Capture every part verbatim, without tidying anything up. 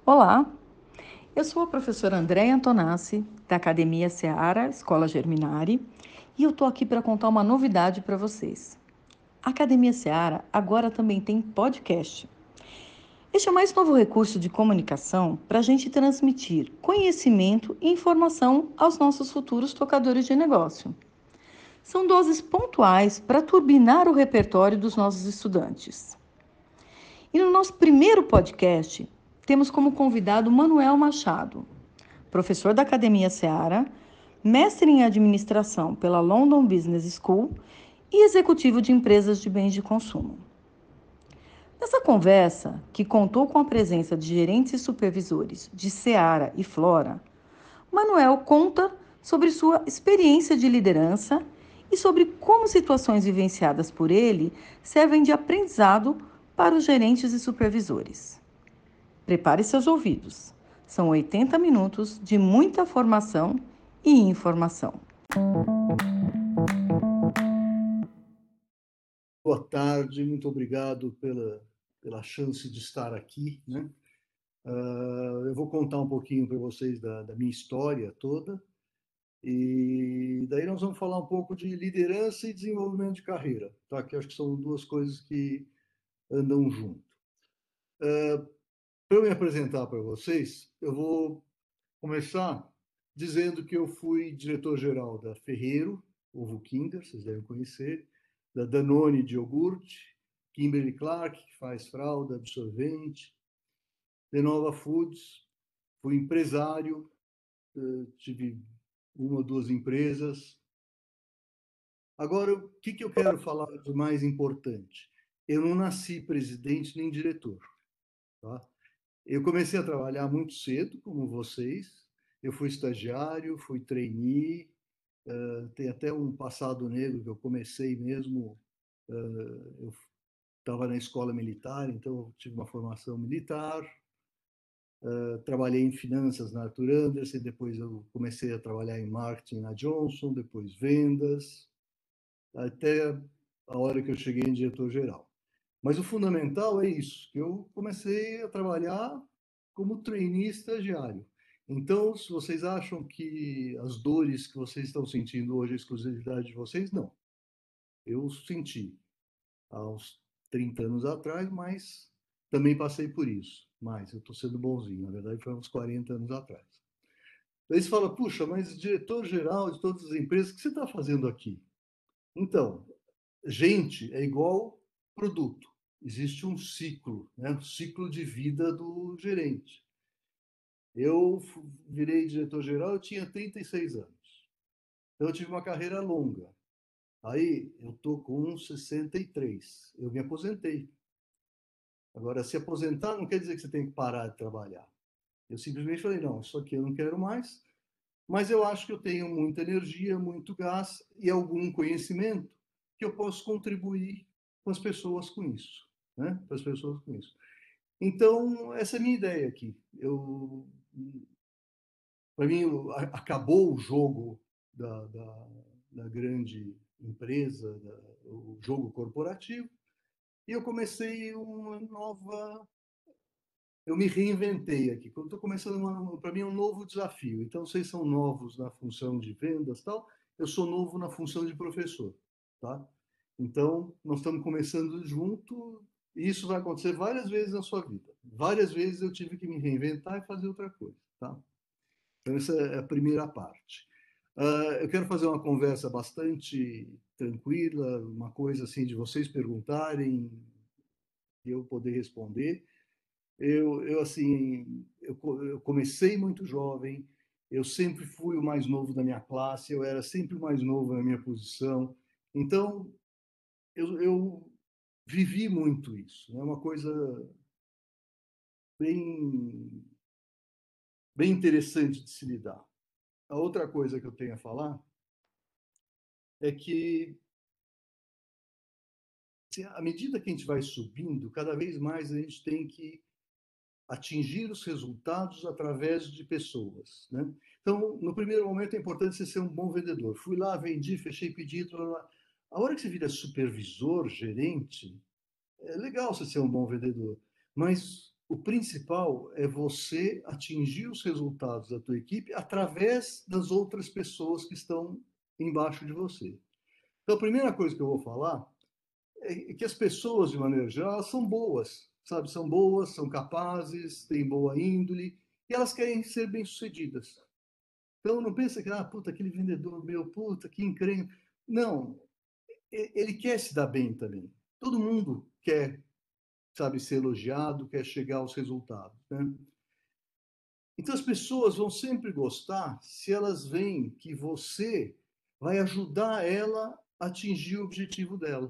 Olá, eu sou a professora Andréia Antonassi, da Academia Seara, Escola Germinari, e eu estou aqui para contar uma novidade para vocês. A Academia Seara agora também tem podcast. Este é o mais novo recurso de comunicação para a gente transmitir conhecimento e informação aos nossos futuros tocadores de negócio. São doses pontuais para turbinar o repertório dos nossos estudantes. E no nosso primeiro podcast, temos como convidado Manuel Machado, professor da Academia Seara, mestre em administração pela London Business School e executivo de empresas de bens de consumo. Nessa conversa, que contou com a presença de gerentes e supervisores de Seara e Flora, Manuel conta sobre sua experiência de liderança e sobre como situações vivenciadas por ele servem de aprendizado para os gerentes e supervisores. Prepare seus ouvidos. São oitenta minutos de muita formação e informação. Boa tarde, muito obrigado pela, pela chance de estar aqui, né? Uh, eu vou contar um pouquinho para vocês da, da minha história toda e daí nós vamos falar um pouco de liderança e desenvolvimento de carreira, tá? Que eu acho que são duas coisas que andam junto. Uh, para eu me apresentar para vocês, eu vou começar dizendo que eu fui diretor-geral da Ferreiro, Ovo Kinder, vocês devem conhecer, da Danone de iogurte, Kimberly-Clark, que faz fralda, absorvente, de Nova Foods, fui empresário, tive uma ou duas empresas. Agora, o que, que eu quero falar de mais importante? Eu não nasci presidente nem diretor, tá? Eu comecei a trabalhar muito cedo, como vocês. Eu fui estagiário, fui trainee, uh, tem até um passado negro que eu comecei mesmo. Uh, eu estava na escola militar, então eu tive uma formação militar. Uh, trabalhei em finanças na Arthur Andersen, depois eu comecei a trabalhar em marketing na Johnson, depois vendas, até a hora que eu cheguei em diretor-geral. Mas o fundamental é isso, que eu comecei a trabalhar como trainee estagiário. Então, se vocês acham que as dores que vocês estão sentindo hoje é exclusividade de vocês, não. Eu senti há uns trinta anos atrás, mas também passei por isso. Mas eu estou sendo bonzinho, na verdade foi uns quarenta anos atrás. Daí você fala, puxa, mas diretor-geral de todas as empresas, o que você está fazendo aqui? Então, gente é igual produto. Existe um ciclo, né? Um ciclo de vida do gerente. Eu virei diretor-geral, eu tinha trinta e seis anos. Então, eu tive uma carreira longa. Aí, eu estou com sessenta e três. Eu me aposentei. Agora, se aposentar não quer dizer que você tem que parar de trabalhar. Eu simplesmente falei, não, isso aqui eu não quero mais, mas eu acho que eu tenho muita energia, muito gás e algum conhecimento que eu posso contribuir com as pessoas com isso, né? Para as pessoas com isso. Então, essa é a minha ideia aqui. Eu, para mim, acabou o jogo da, da, da grande empresa, da, o jogo corporativo, e eu comecei uma nova. Eu me reinventei aqui. Quando estou começando, para mim é um novo desafio. Então, vocês são novos na função de vendas, tal. Eu sou novo na função de professor, tá? Então, nós estamos começando junto e isso vai acontecer várias vezes na sua vida. Várias vezes eu tive que me reinventar e fazer outra coisa, tá? Então, essa é a primeira parte. Uh, eu quero fazer uma conversa bastante tranquila, uma coisa assim de vocês perguntarem e eu poder responder. Eu, eu assim, eu, eu comecei muito jovem, eu sempre fui o mais novo da minha classe, eu era sempre o mais novo na minha posição. Então, eu, eu vivi muito isso. É né? Uma coisa bem, bem interessante de se lidar. A outra coisa que eu tenho a falar é que, assim, à medida que a gente vai subindo, cada vez mais a gente tem que atingir os resultados através de pessoas, né? Então, no primeiro momento é importante você ser um bom vendedor. Fui lá, vendi, fechei pedido. Lá, lá. A hora que você vira supervisor, gerente, é legal você ser um bom vendedor, mas o principal é você atingir os resultados da tua equipe através das outras pessoas que estão embaixo de você. Então, a primeira coisa que eu vou falar é que as pessoas, de maneira geral, são boas, sabe? São boas, são capazes, têm boa índole e elas querem ser bem-sucedidas. Então, não pensa que, ah, puta, aquele vendedor meu, puta, que encrenca. Não, ele quer se dar bem também. Todo mundo quer, sabe, ser elogiado, quer chegar aos resultados, né? Então, as pessoas vão sempre gostar se elas veem que você vai ajudar ela a atingir o objetivo dela.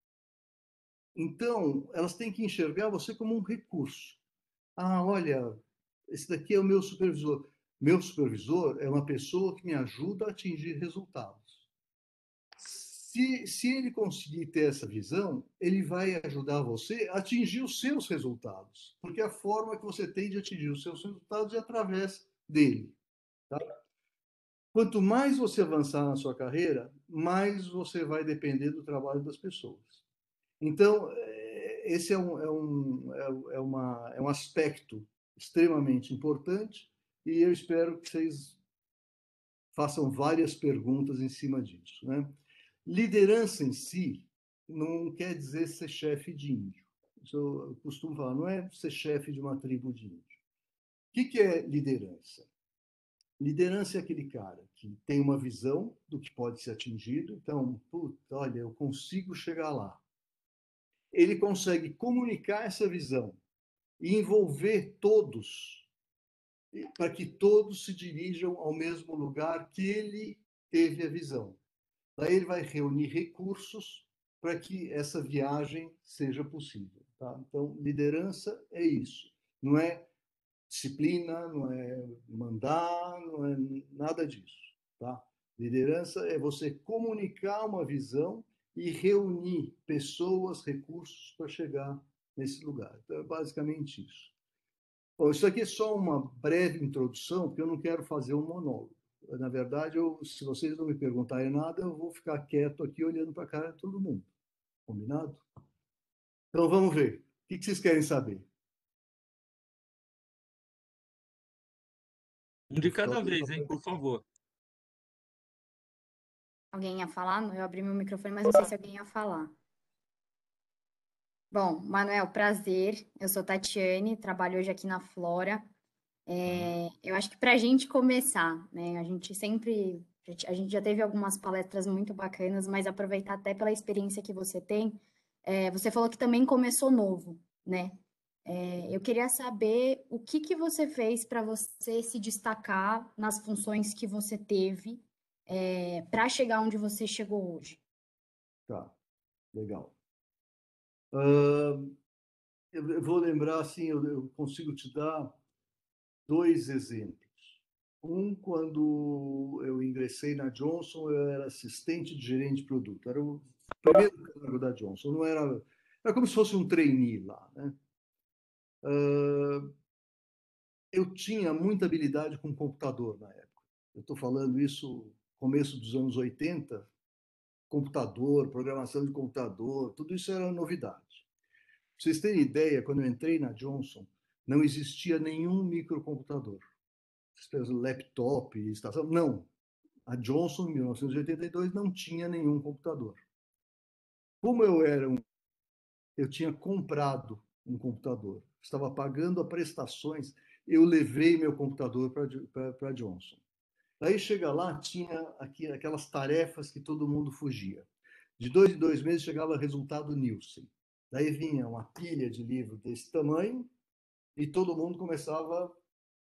Então, elas têm que enxergar você como um recurso. Ah, olha, esse daqui é o meu supervisor. Meu supervisor é uma pessoa que me ajuda a atingir resultados. Se, se ele conseguir ter essa visão, ele vai ajudar você a atingir os seus resultados, porque a forma que você tem de atingir os seus resultados é através dele. Tá? Quanto mais você avançar na sua carreira, mais você vai depender do trabalho das pessoas. Então, esse é um, é um, é uma, é um aspecto extremamente importante e eu espero que vocês façam várias perguntas em cima disso, né? Liderança em si não quer dizer ser chefe de índio. Isso eu costumo falar, não é ser chefe de uma tribo de índio. O que é liderança? Liderança é aquele cara que tem uma visão do que pode ser atingido. Então, puta, olha, eu consigo chegar lá. Ele consegue comunicar essa visão e envolver todos para que todos se dirijam ao mesmo lugar que ele teve a visão. Daí ele vai reunir recursos para que essa viagem seja possível. Tá? Então, liderança é isso. Não é disciplina, não é mandar, não é nada disso. Tá? Liderança é você comunicar uma visão e reunir pessoas, recursos para chegar nesse lugar. Então, é basicamente isso. Bom, isso aqui é só uma breve introdução, porque eu não quero fazer um monólogo. Na verdade, eu, se vocês não me perguntarem nada, eu vou ficar quieto aqui olhando para a cara de todo mundo. Combinado? Então vamos ver. O que vocês querem saber? Um de cada vez, hein, por favor. Alguém ia falar? Eu abri meu microfone, mas não sei se alguém ia falar. Bom, Manuel, prazer. Eu sou Tatiane, trabalho hoje aqui na Flora. É, eu acho que para a gente começar, né? A gente sempre, a gente já teve algumas palestras muito bacanas, mas aproveitar até pela experiência que você tem. É, você falou que também começou novo, né? É, eu queria saber o que que você fez para você se destacar nas funções que você teve, é, para chegar onde você chegou hoje. Tá, legal. Uh, eu vou lembrar, assim, eu, eu consigo te dar dois exemplos. Um, quando eu ingressei na Johnson, eu era assistente de gerente de produto. Era o primeiro cargo da Johnson. Não era, era como se fosse um trainee lá, né? Uh, eu tinha muita habilidade com computador na época. Eu estou falando isso começo dos anos oitenta, computador, programação de computador, tudo isso era novidade. Para vocês terem ideia, quando eu entrei na Johnson, não existia nenhum microcomputador. Laptop, estação, não. A Johnson, em mil novecentos e oitenta e dois, não tinha nenhum computador. Como eu era um, eu tinha comprado um computador, estava pagando as prestações, eu levei meu computador para a Johnson. Daí chega lá, tinha aqui, aquelas tarefas que todo mundo fugia. De dois em dois meses chegava resultado Nielsen. Daí vinha uma pilha de livro desse tamanho e todo mundo começava a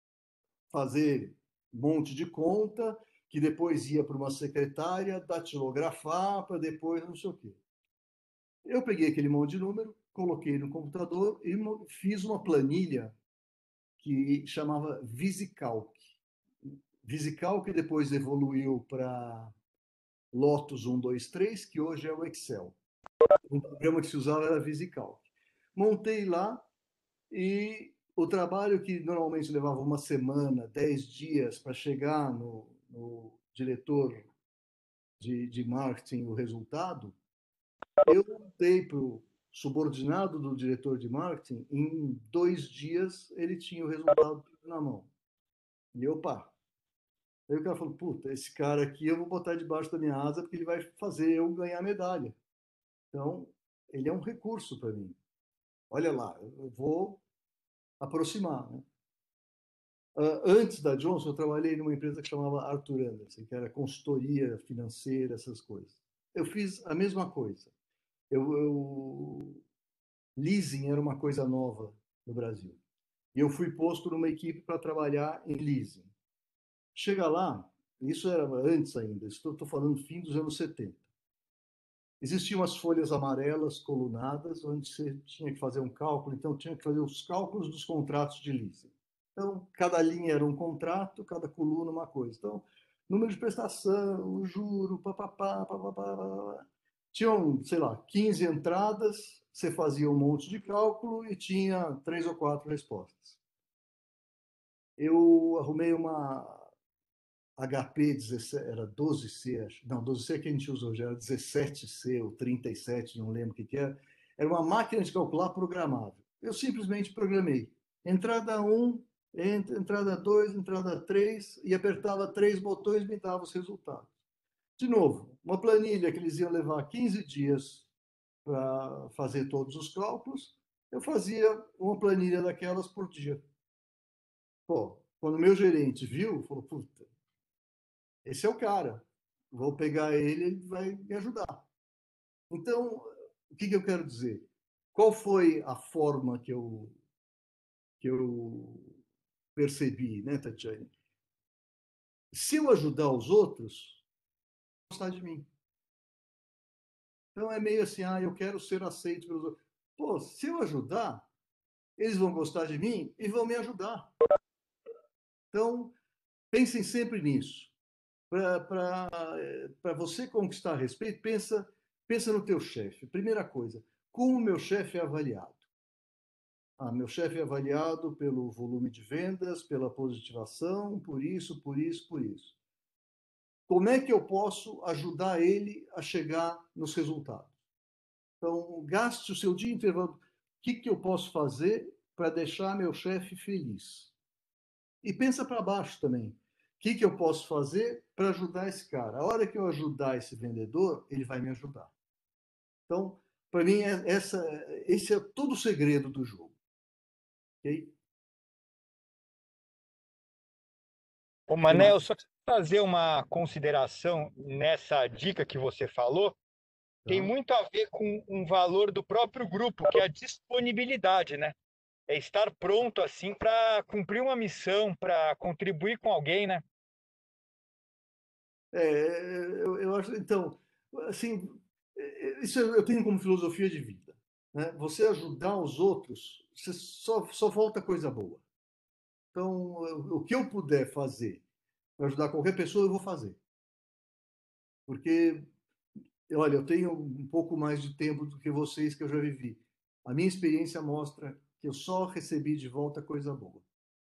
fazer um monte de conta, que depois ia para uma secretária datilografar para depois não sei o quê. Eu peguei aquele monte de número, coloquei no computador e fiz uma planilha que chamava VisiCalc. VisiCalc depois evoluiu para Lotus um, dois, três, que hoje é o Excel. O programa que se usava era VisiCalc. Montei lá e o trabalho que normalmente levava uma semana, dez dias para chegar no, no diretor de, de marketing o resultado, eu dei para o subordinado do diretor de marketing, em dois dias ele tinha o resultado na mão. E opa! Aí o cara falou, puta, esse cara aqui eu vou botar debaixo da minha asa porque ele vai fazer eu ganhar medalha. Então, ele é um recurso para mim. Olha lá, eu vou aproximar, né? Uh, antes da Johnson, eu trabalhei numa empresa que chamava Arthur Andersen, que era consultoria financeira, essas coisas. Eu fiz a mesma coisa. Eu, eu... Leasing era uma coisa nova no Brasil. E eu fui posto numa equipe para trabalhar em leasing. Chega lá, isso era antes ainda, estou falando fim dos anos setenta. Existiam as folhas amarelas colunadas, onde você tinha que fazer um cálculo, então tinha que fazer os cálculos dos contratos de leasing. Então, cada linha era um contrato, cada coluna uma coisa. Então, número de prestação, juro, papapá, papapá. Tinham, sei lá, quinze entradas, você fazia um monte de cálculo e tinha três ou quatro respostas. Eu arrumei uma H P dezessete, era doze C, acho. Não, doze C é que a gente usou, já era dezessete C ou trinta e sete, não lembro o que, que era. Era uma máquina de calcular programável. Eu simplesmente programei. Entrada um, entrada dois, entrada três, e apertava três botões e me dava os resultados. De novo, uma planilha que eles iam levar quinze dias para fazer todos os cálculos, eu fazia uma planilha daquelas por dia. Pô, quando o meu gerente viu, falou, puta, esse é o cara. Vou pegar ele, ele vai me ajudar. Então, o que, que eu quero dizer? Qual foi a forma que eu, que eu percebi, né, Tatiane? Se eu ajudar os outros, vão gostar de mim. Então, é meio assim, ah, eu quero ser aceito pelos outros. Pô, se eu ajudar, eles vão gostar de mim e vão me ajudar. Então, pensem sempre nisso. Para você conquistar respeito, pensa, pensa no teu chefe. Primeira coisa, como o meu chefe é avaliado? Ah, meu chefe é avaliado pelo volume de vendas, pela positivação, por isso, por isso, por isso. Como é que eu posso ajudar ele a chegar nos resultados? Então, gaste o seu dia inteiro. O que, que eu posso fazer para deixar meu chefe feliz? E pensa para baixo também. O que, que eu posso fazer para ajudar esse cara? A hora que eu ajudar esse vendedor, ele vai me ajudar. Então, para mim, é essa, esse é todo o segredo do jogo. Ok? Ô, Manel, só que fazer uma consideração nessa dica que você falou, tem Tá? muito a ver com um valor do próprio grupo, que é a disponibilidade, né? É estar pronto, assim, para cumprir uma missão, para contribuir com alguém, né? É, eu, eu acho, então, assim, isso eu tenho como filosofia de vida. Né? Você ajudar os outros, você só, só volta coisa boa. Então, o que eu puder fazer para ajudar qualquer pessoa, eu vou fazer. Porque, olha, eu tenho um pouco mais de tempo do que vocês que eu já vivi. A minha experiência mostra que eu só recebi de volta coisa boa.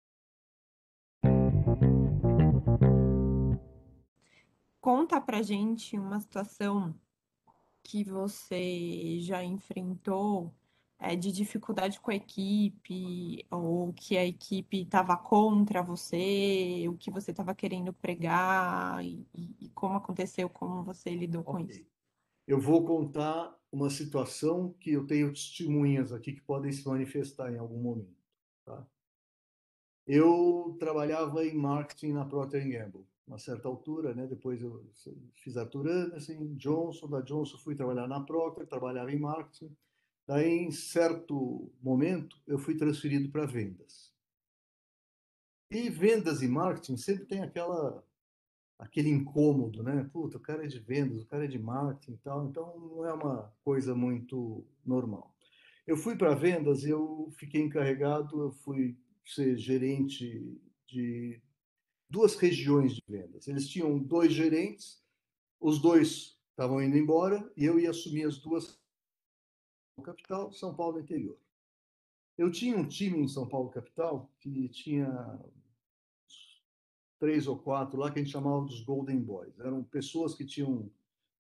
Conta pra gente uma situação que você já enfrentou, é, de dificuldade com a equipe, ou que a equipe estava contra você, o que você estava querendo pregar, e, e- e como aconteceu, como você lidou com isso. Ok. Eu vou contar uma situação que eu tenho testemunhas aqui que podem se manifestar em algum momento. Tá? Eu trabalhava em marketing na Procter and Gamble, uma certa altura, né? Depois eu fiz Arthur Andersen, Johnson, da Johnson fui trabalhar na Procter, trabalhava em marketing. Daí, em certo momento, eu fui transferido para vendas. E vendas e marketing sempre tem aquela aquele incômodo, né? Puta, o cara é de vendas, o cara é de marketing e tal, então não é uma coisa muito normal. Eu fui para vendas e eu fiquei encarregado, eu fui ser gerente de duas regiões de vendas. Eles tinham dois gerentes, os dois estavam indo embora e eu ia assumir as duas, capital, São Paulo interior. Eu tinha um time em São Paulo capital que tinha três ou quatro lá que a gente chamava dos Golden Boys. Eram pessoas que tinham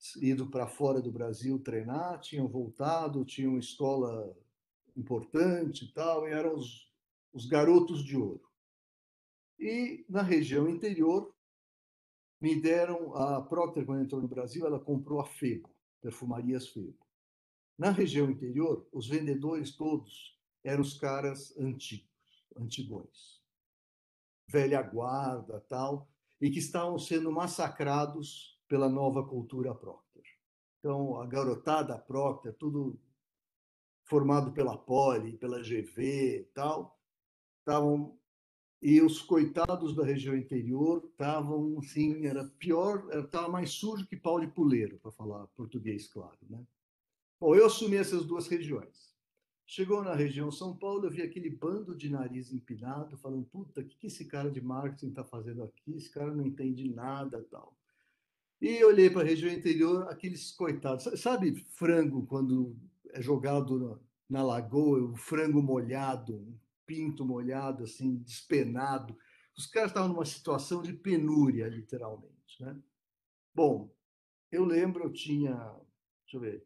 ido para fora do Brasil treinar, tinham voltado, tinham uma escola importante e tal, e eram os, os garotos de ouro. E na região interior, me deram, a Procter, quando entrou no Brasil, ela comprou a Febo, Perfumarias Febo. Na região interior, os vendedores todos eram os caras antigos, antigões, velha guarda, tal, e que estavam sendo massacrados pela nova cultura Procter. Então, a garotada Procter, tudo formado pela Poli, pela G V e tal, estavam, e os coitados da região interior estavam, assim, era pior, estava mais sujo que pau de puleiro, para falar português claro, né? Bom, eu assumi essas duas regiões. Chegou na região São Paulo, eu vi aquele bando de nariz empinado, falando, puta, o que, que esse cara de marketing está fazendo aqui? Esse cara não entende nada, tal. E olhei para a região interior, aqueles coitados. Sabe frango, quando é jogado na lagoa, o frango molhado, um pinto molhado, assim, despenado. Os caras estavam numa situação de penúria, literalmente, né? Bom, eu lembro, eu tinha, deixa eu ver,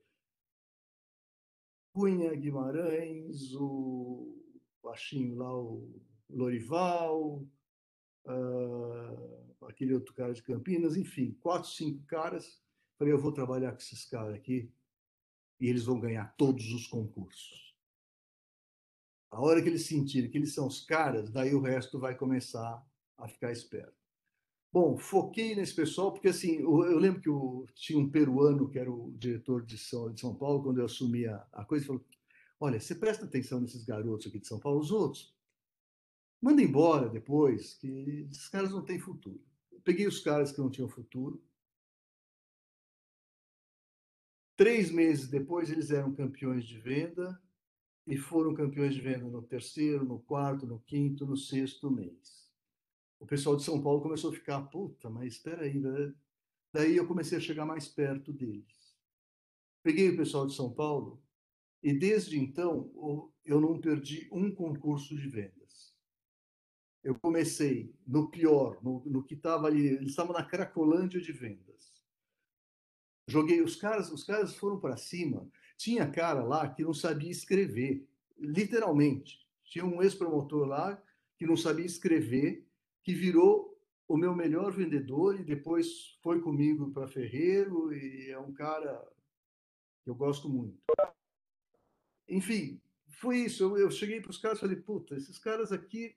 Cunha Guimarães, o baixinho lá, o Lorival, uh, aquele outro cara de Campinas, enfim, quatro, cinco caras. Falei, eu vou trabalhar com esses caras aqui e eles vão ganhar todos os concursos. A hora que eles sentirem que eles são os caras, daí o resto vai começar a ficar esperto. Bom, foquei nesse pessoal, porque assim, eu lembro que eu tinha um peruano que era o diretor de São, de São Paulo, quando eu assumi a, a coisa, falou, olha, você presta atenção nesses garotos aqui de São Paulo, os outros, manda embora depois, que esses caras não têm futuro. Eu peguei os caras que não tinham futuro. Três meses depois, eles eram campeões de venda e foram campeões de venda no terceiro, no quarto, no quinto, no sexto mês. O pessoal de São Paulo começou a ficar, puta, mas espera aí, né? Daí eu comecei a chegar mais perto deles. Peguei o pessoal de São Paulo e desde então eu não perdi um concurso de vendas. Eu comecei no pior, no, no que estava ali, eles estavam na Cracolândia de vendas. Joguei, os caras, os caras foram para cima. Tinha cara lá que não sabia escrever, literalmente. Tinha um ex-promotor lá que não sabia escrever, que virou o meu melhor vendedor e depois foi comigo para Ferreiro e é um cara que eu gosto muito. Enfim, foi isso. Eu, eu cheguei para os caras e falei, puta, esses caras aqui,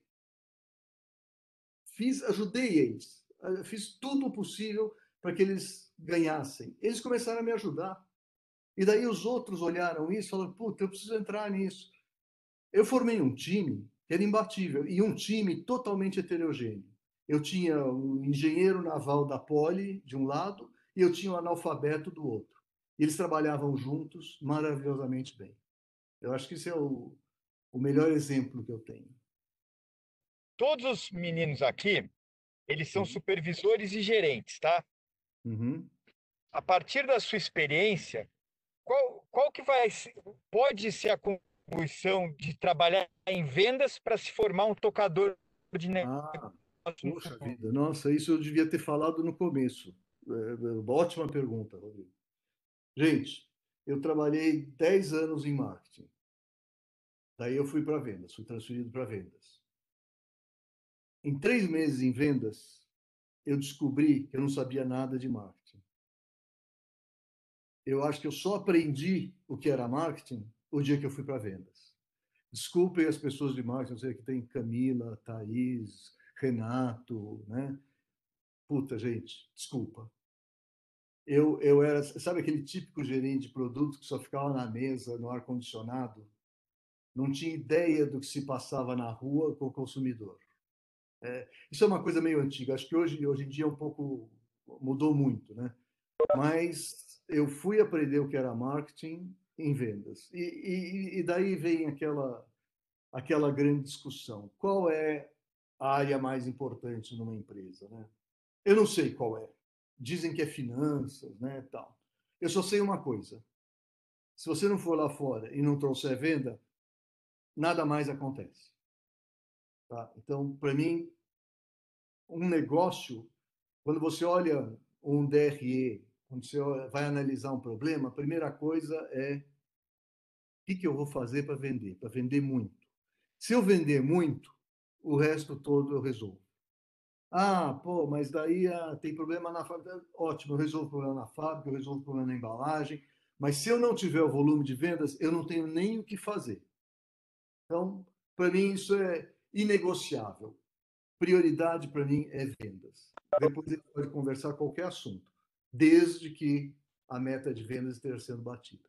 fiz, ajudei eles, fiz tudo o possível para que eles ganhassem. Eles começaram a me ajudar. E daí os outros olharam isso e falaram, puta, eu preciso entrar nisso. Eu formei um time que era imbatível e um time totalmente heterogêneo. Eu tinha um engenheiro naval da Poli, de um lado, e eu tinha um analfabeto do outro. E eles trabalhavam juntos maravilhosamente bem. Eu acho que esse é o, o melhor exemplo que eu tenho. Todos os meninos aqui, eles são supervisores e gerentes, tá? Uhum. A partir da sua experiência, qual, qual que vai pode ser a contribuição de trabalhar em vendas para se formar um tocador de negócio? Ah, poxa vida, nossa, isso eu devia ter falado no começo. É, ótima pergunta, Rodrigo. Gente, eu trabalhei dez anos em marketing. Daí eu fui para vendas, fui transferido para vendas. Em três meses em vendas, eu descobri que eu não sabia nada de marketing. Eu acho que eu só aprendi o que era marketing o dia que eu fui para vendas. Desculpem as pessoas de marketing, eu sei que tem Camila, Thaís, Renato, né? Puta, gente, desculpa. Eu, eu era, sabe aquele típico gerente de produto que só ficava na mesa, no ar-condicionado? Não tinha ideia do que se passava na rua com o consumidor. É, isso é uma coisa meio antiga. Acho que hoje, hoje em dia é um pouco mudou muito, né? Mas eu fui aprender o que era marketing em vendas. E, e, e daí vem aquela, aquela grande discussão. Qual é a área mais importante numa empresa, né? Eu não sei qual é. Dizem que é finanças, né, tal. Eu só sei uma coisa. Se você não for lá fora e não trouxer venda, nada mais acontece. Tá? Então, para mim, um negócio, quando você olha um D R E quando você vai analisar um problema, a primeira coisa é o que, que eu vou fazer para vender? Para vender muito. Se eu vender muito, o resto todo eu resolvo. Ah, pô, mas daí ah, tem problema na fábrica. Ótimo, eu resolvo o problema na fábrica, eu resolvo o problema na embalagem. Mas se eu não tiver o volume de vendas, eu não tenho nem o que fazer. Então, para mim, isso é inegociável. Prioridade para mim é vendas. Depois a gente pode conversar qualquer assunto, desde que a meta de vendas esteja sendo batida.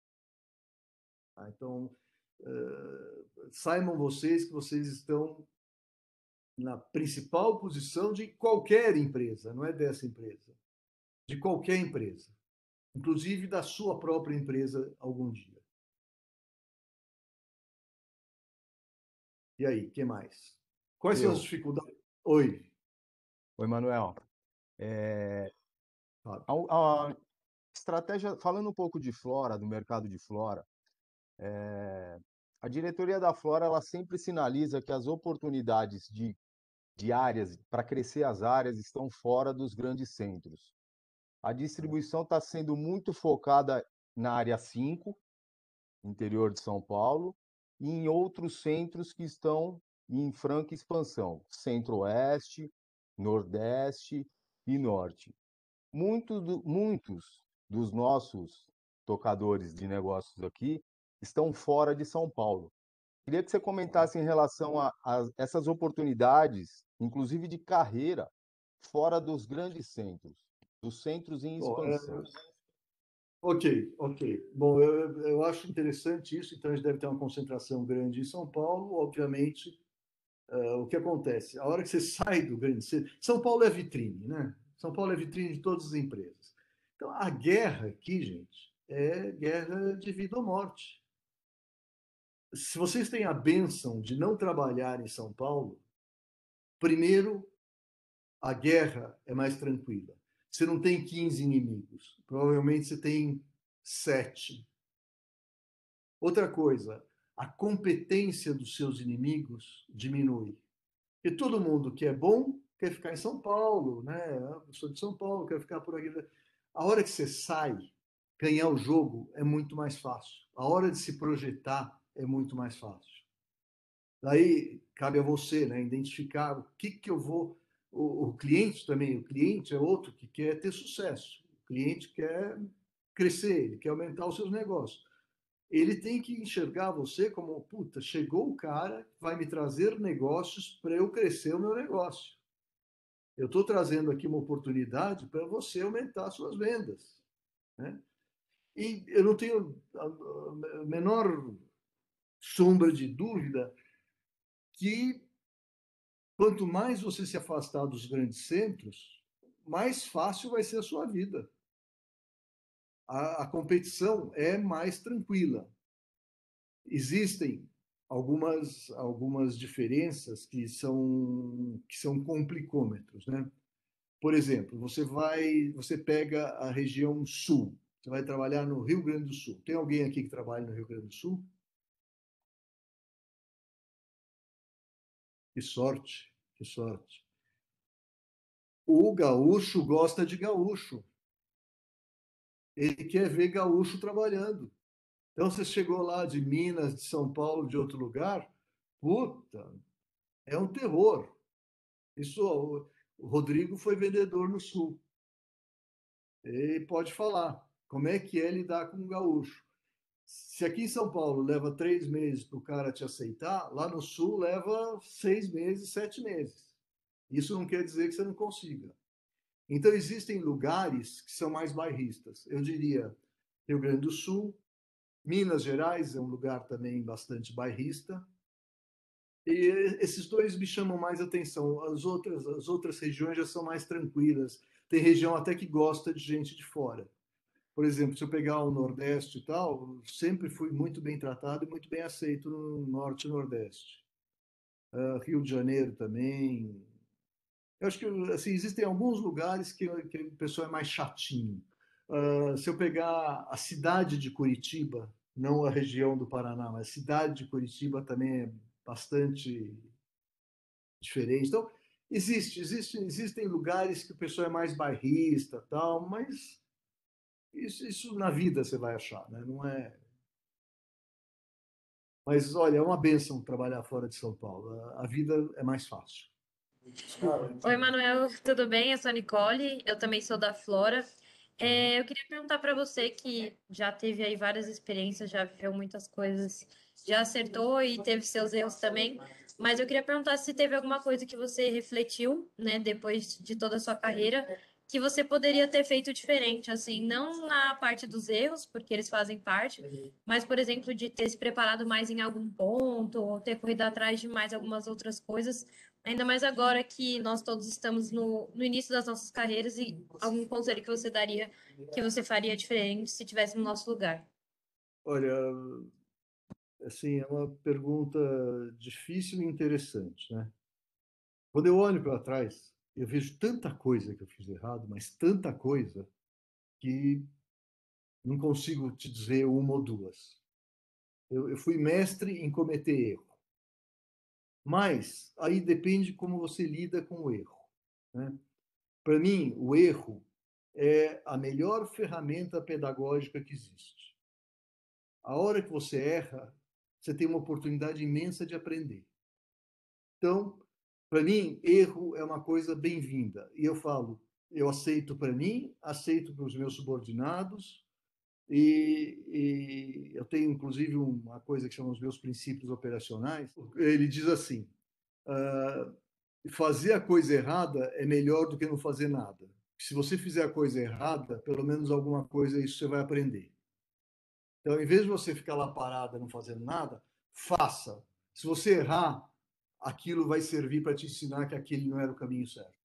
Então, uh, saibam vocês que vocês estão na principal posição de qualquer empresa, não é dessa empresa, de qualquer empresa, inclusive da sua própria empresa algum dia. E aí, o que mais? Quais Eu. são as dificuldades? Oi. Oi, Manuel. É, Fábio. a, a estratégia, falando um pouco de Flora, do mercado de Flora, é, a diretoria da Flora ela sempre sinaliza que as oportunidades de, de áreas, para crescer as áreas, estão fora dos grandes centros. A distribuição está sendo muito focada na área cinco, interior de São Paulo, e em outros centros que estão em franca expansão, Centro-Oeste, Nordeste e Norte. Muito do, muitos dos nossos tocadores de negócios aqui estão fora de São Paulo. Queria que você comentasse em relação a, a essas oportunidades, inclusive de carreira, fora dos grandes centros, dos centros em Bom, é, expansão. ok, ok. Bom, eu, eu acho interessante isso, então a gente deve ter uma concentração grande em São Paulo, obviamente. Uh, o que acontece? A hora que você sai do grande centro... São Paulo é vitrine, né? São Paulo é vitrine de todas as empresas. Então, a guerra aqui, gente, é guerra de vida ou morte. Se vocês têm a bênção de não trabalhar em São Paulo, primeiro, a guerra é mais tranquila. Você não tem quinze inimigos, provavelmente você tem sete. Outra coisa, a competência dos seus inimigos diminui. Porque todo mundo que é bom quer ficar em São Paulo, né? Eu sou de São Paulo, quero ficar por aqui. A hora que você sai, ganhar o jogo é muito mais fácil. A hora de se projetar é muito mais fácil. Daí cabe a você, né, identificar o que que eu vou. O, o cliente também, o cliente é outro que quer ter sucesso. O cliente quer crescer, ele quer aumentar os seus negócios. Ele tem que enxergar você como, puta, chegou o cara que vai me trazer negócios para eu crescer o meu negócio. Eu estou trazendo aqui uma oportunidade para você aumentar suas vendas, né? E eu não tenho a menor sombra de dúvida que quanto mais você se afastar dos grandes centros, mais fácil vai ser a sua vida. A, a competição é mais tranquila. Existem algumas, algumas diferenças que são, que são complicômetros, né? Por exemplo, você vai, você pega a região sul, você vai trabalhar no Rio Grande do Sul. Tem alguém aqui que trabalha no Rio Grande do Sul? Que sorte, que sorte. O gaúcho gosta de gaúcho. Ele quer ver gaúcho trabalhando. Então, você chegou lá de Minas, de São Paulo, de outro lugar, puta, é um terror. Isso, o Rodrigo foi vendedor no Sul. Ele pode falar como é que é lidar com um gaúcho. Se aqui em São Paulo leva três meses para o cara te aceitar, lá no Sul leva seis meses, sete meses. Isso não quer dizer que você não consiga. Então, existem lugares que são mais bairristas. Eu diria Rio Grande do Sul, Minas Gerais é um lugar também bastante bairrista. E esses dois me chamam mais atenção. As outras, as outras regiões já são mais tranquilas. Tem região até que gosta de gente de fora. Por exemplo, se eu pegar o Nordeste e tal, sempre fui muito bem tratado e muito bem aceito no Norte e Nordeste. Uh, Rio de Janeiro também. Eu acho que assim, existem alguns lugares que, que o pessoal é mais chatinho. Uh, se eu pegar a cidade de Curitiba, não a região do Paraná, mas a cidade de Curitiba também é bastante diferente. Então, existe, existe, existem lugares que o pessoal é mais bairrista, tal, mas Isso, isso na vida você vai achar, né? Não é. Mas, olha, é uma bênção trabalhar fora de São Paulo. A, a vida é mais fácil. Oi, Manuel, tudo bem? Eu sou a Nicole, eu também sou da Flora. É, eu queria perguntar para você que já teve aí várias experiências, já viveu muitas coisas, já acertou e teve seus erros também, mas eu queria perguntar se teve alguma coisa que você refletiu, né, depois de toda a sua carreira, que você poderia ter feito diferente, assim, não na parte dos erros, porque eles fazem parte, mas, por exemplo, de ter se preparado mais em algum ponto, ou ter corrido atrás de mais algumas outras coisas. Ainda mais agora que nós todos estamos no, no início das nossas carreiras e algum conselho que você daria que você faria diferente se tivesse no nosso lugar? Olha, assim, é uma pergunta difícil e interessante, né? Quando eu olho para trás, eu vejo tanta coisa que eu fiz errado, mas tanta coisa que não consigo te dizer uma ou duas. Eu, eu fui mestre em cometer erro, mas aí depende como você lida com o erro, né? Para mim, o erro é a melhor ferramenta pedagógica que existe. A hora que você erra, você tem uma oportunidade imensa de aprender. Então, para mim, erro é uma coisa bem-vinda. E eu falo, eu aceito para mim, aceito para os meus subordinados, e, e eu tenho, inclusive, uma coisa que chama os meus princípios operacionais. Ele diz assim, uh, fazer a coisa errada é melhor do que não fazer nada. Se você fizer a coisa errada, pelo menos alguma coisa isso você vai aprender. Então, em vez de você ficar lá parada não fazendo nada, faça. Se você errar, aquilo vai servir para te ensinar que aquele não era o caminho certo.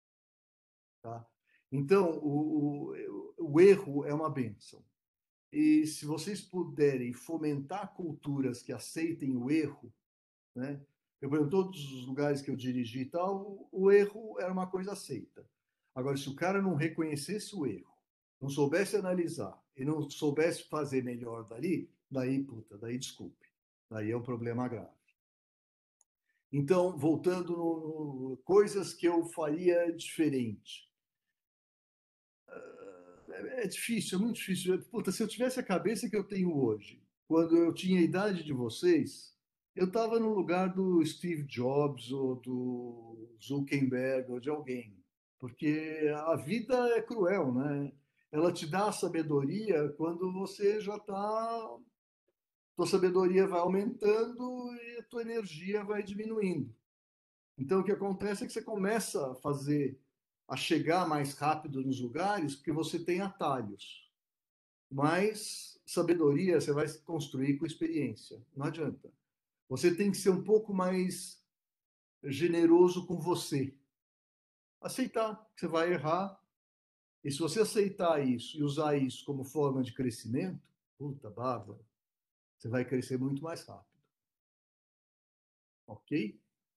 Tá? Então, o, o, o erro é uma bênção. E se vocês puderem fomentar culturas que aceitem o erro, né? Eu, por exemplo, todos os lugares que eu dirigi e tal, o erro era uma coisa aceita. Agora, se o cara não reconhecesse o erro, não soubesse analisar e não soubesse fazer melhor dali, daí, puta, daí desculpe. Daí é um problema grave. Então, voltando no, no coisas que eu faria diferente. É, é difícil, é muito difícil. Puta, se eu tivesse a cabeça que eu tenho hoje, quando eu tinha a idade de vocês, eu estava no lugar do Steve Jobs ou do Zuckerberg ou de alguém. Porque a vida é cruel, né? Ela te dá a sabedoria quando você já está. Tua sabedoria vai aumentando e a tua energia vai diminuindo. Então, o que acontece é que você começa a fazer, a chegar mais rápido nos lugares, porque você tem atalhos. Mas sabedoria você vai construir com experiência. Não adianta. Você tem que ser um pouco mais generoso com você. Aceitar que você vai errar. E se você aceitar isso e usar isso como forma de crescimento, puta bárbaro, você vai crescer muito mais rápido. Ok?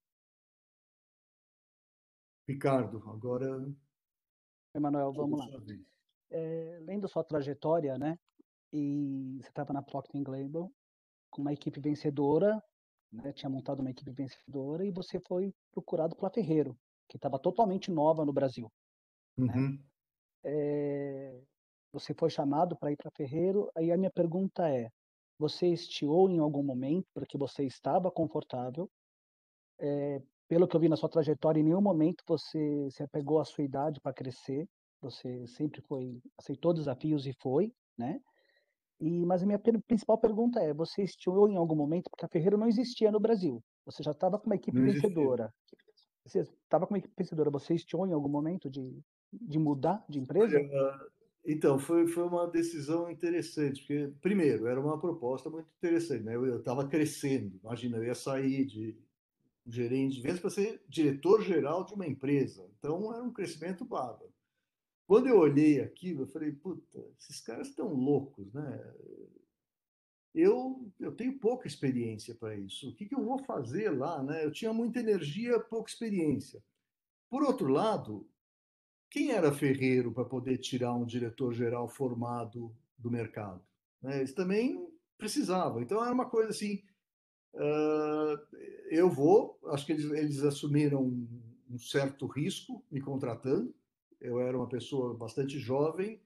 Ricardo, agora. Emanuel, vamos lá. É, lendo sua trajetória, né? E você estava na Procter and Gamble com uma equipe vencedora, né? Tinha montado uma equipe vencedora e você foi procurado pela Ferreiro, que estava totalmente nova no Brasil. Uhum. Né? É, você foi chamado para ir para Ferreiro. Aí a minha pergunta é: você estiou em algum momento porque você estava confortável? É, pelo que eu vi na sua trajetória, em nenhum momento você se apegou à sua idade para crescer. Você sempre foi, aceitou desafios e foi, né? E, mas a minha per principal pergunta é: você estiou em algum momento, porque a Ferreiro não existia no Brasil, você já estava com uma equipe Não existia. vencedora. Você estava com uma equipe vencedora, você estiou em algum momento de, de mudar de empresa? Olha, então, foi, foi uma decisão interessante, porque, primeiro, era uma proposta muito interessante, né? Eu estava crescendo, imagina, eu ia sair de gerente de vendas para ser diretor-geral de uma empresa, então era um crescimento bárbaro. Quando eu olhei aquilo, eu falei, puta, esses caras estão loucos, né? Eu, eu tenho pouca experiência para isso, o que, que eu vou fazer lá, né? Eu tinha muita energia, pouca experiência. Por outro lado, quem era ferreiro para poder tirar um diretor-geral formado do mercado? Né? Eles também precisavam. Então, era uma coisa assim, uh, eu vou, acho que eles, eles assumiram um, um certo risco me contratando, eu era uma pessoa bastante jovem